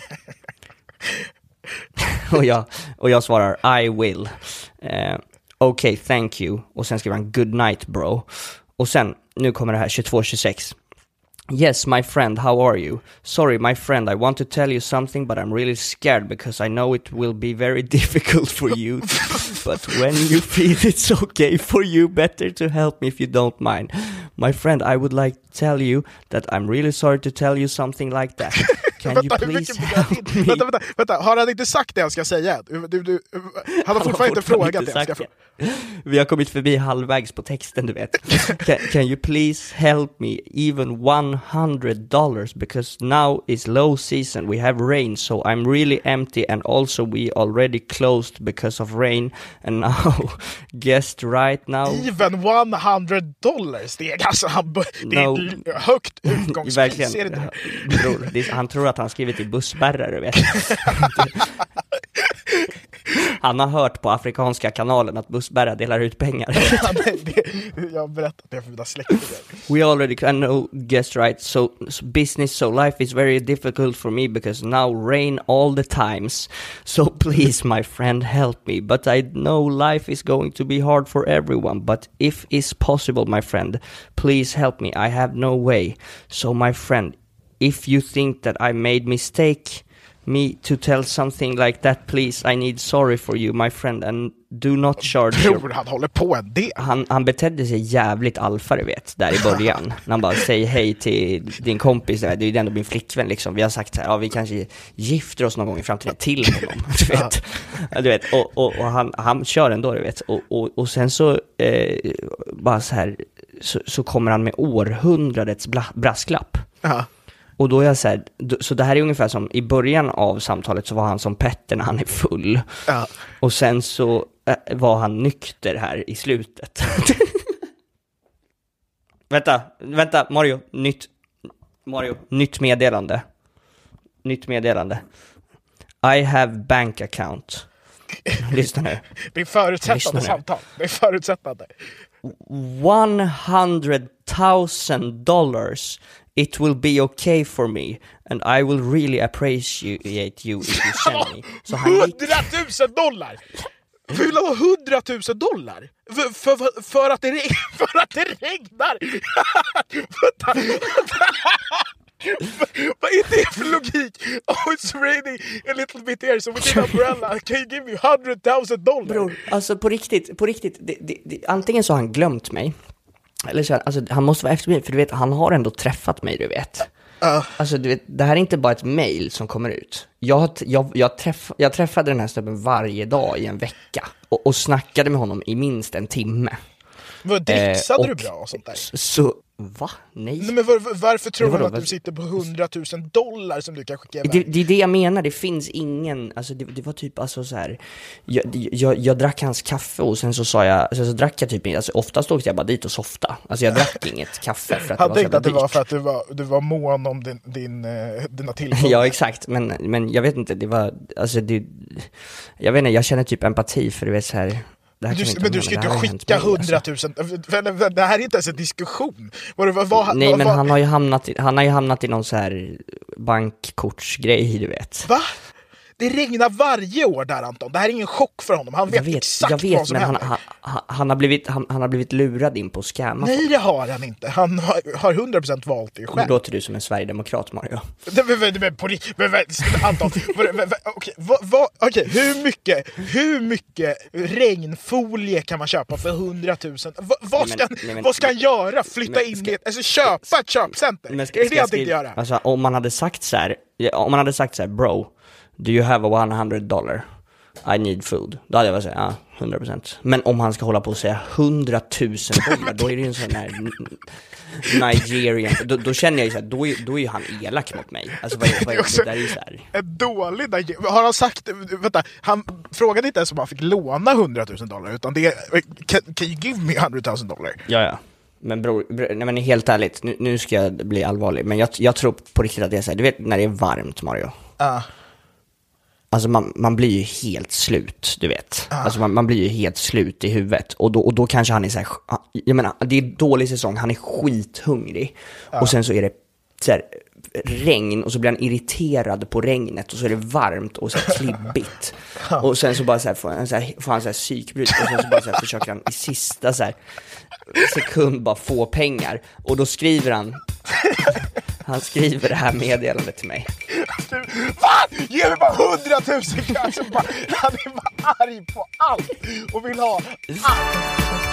och jag svarar I will. Okay, thank you. Och sen skriver han good night bro. Och sen, nu kommer det här 22:26. Yes, my friend, how are you? Sorry, my friend, I want to tell you something, but I'm really scared because I know it will be very difficult for you. But when you feel it's okay for you, better to help me if you don't mind. My friend, I would like to tell you that I'm really sorry to tell you something like that. Can you please help me? Vänta, har han inte sagt det han ska säga? Han har fortfarande inte frågat det han ska fråga. Vi har kommit förbi halvvägs på texten, du vet. Can you please help me even $100 because now is low season, we have rain, so I'm really empty and also we already closed because of rain and now guessed right now even $100, det är alltså det är högt utgångspris. Verkligen. Bror, han tror att han skrivit i busspärrar, vet. Han har hört på afrikanska kanalen att bussbärare delar ut pengar. Jag har berättat det för mina släktingar. We already know, guess right, so business, so life is very difficult for me because now rain all the times. So please, my friend, help me. But I know life is going to be hard for everyone. But if it's possible, my friend, please help me. I have no way. So my friend, if you think that I made mistake me to tell something like that, please, I need sorry for you, my friend, and do not charge. Bror, han håller på en del. Han betedde sig jävligt alfa, du vet, där i början. När han bara säger hej till din kompis, det är ju ändå min flickvän liksom. Vi har sagt så här, ja, vi kanske gifter oss någon gång i framtiden till honom, du vet. Och han kör ändå, du vet. Och sen så bara så här så kommer han med århundradets brasklapp. Och då är jag så här, så det här är ungefär som i början av samtalet så var han som Petter när han är full. Ja. Och sen så var han nykter här i slutet. Vänta, Mario, nytt meddelande. I have bank account. Lyssna nu. Det är förutsättande samtal. Det är förutsättande. $100,000. It will be okay for me and I will really appreciate you if you send me. Så $100,000! Vill ha $100,000? För att det regnar? Vad är det för logik? Oh, it's raining a little bit here so we need an umbrella. Can you give me $100,000? Bror, alltså på riktigt det, antingen så har han glömt mig eller så alltså, han måste vara efter mig, för du vet, han har ändå träffat mig, du vet. Alltså du vet, det här är inte bara ett mail som kommer ut. Jag träffade den här snubben varje dag i en vecka och snackade med honom i minst en timme. Vad dricksade du bra och sånt där? Så, va? Nej. Men varför tror du att du sitter på $100,000 som du kan skicka iväg? Det är det jag menar, det finns ingen, alltså det var typ alltså så här. Jag drack hans kaffe och sen så sa jag, alltså, så drack jag typ, alltså, oftast åkte jag bara dit och softa. Alltså jag drack inget kaffe för att det var så att det var för att du var mån om dina tillgångar. Ja, exakt, men jag vet inte, det var, alltså jag vet inte, jag känner typ empati för det vet så här. Men du ska inte skicka 100,000. Det här är inte ens en diskussion. Nej, men han har ju hamnat i någon så här bankkortsgrej, du vet. Va? Det regnar varje år där, Anton. Det här är ingen chock för honom. Han vet exakt vad som händer. Han har blivit lurad in på scamma. Nej, det har han inte. Han har 100% valt det själv. Nu låter du som en sverigedemokrat, Mario. Anton, okej, hur mycket regnfolie kan man köpa för 100,000? Vad ska han göra? Flytta in i köpa ett köpcenter? Är det han tänkte göra? Alltså, om man hade sagt så här, bro, do you have a $100? I need food. Då hade jag bara sagt, 100%. Men om han ska hålla på och säga $100,000, då är det ju en sån här Nigerian. Då känner jag ju så här, då är ju han elak mot mig. Alltså vad är det där är så här. En dålig har han sagt, vänta, han frågade inte ens om han fick låna $100,000 utan det är, can you give me $100,000? Ja. Men bror, nej men helt ärligt, nu ska jag bli allvarlig, men jag tror på riktigt att det är så här, du vet när det är varmt, Mario. Alltså man blir ju helt slut, du vet. Alltså man blir ju helt slut i huvudet. Och då kanske han är så här, jag menar, det är dålig säsong, han är skithungrig. Och sen så är det så här regn och så blir han irriterad på regnet och så är det varmt och så här klibbigt. Och sen så bara så här får han så här psykbryt och sen så bara så här försöker han i sista så här sekund bara få pengar. Och då skriver han skriver det här meddelandet till mig. Fan! Ge mig bara 100,000 kanske. Han är bara arg på allt och vill ha allt.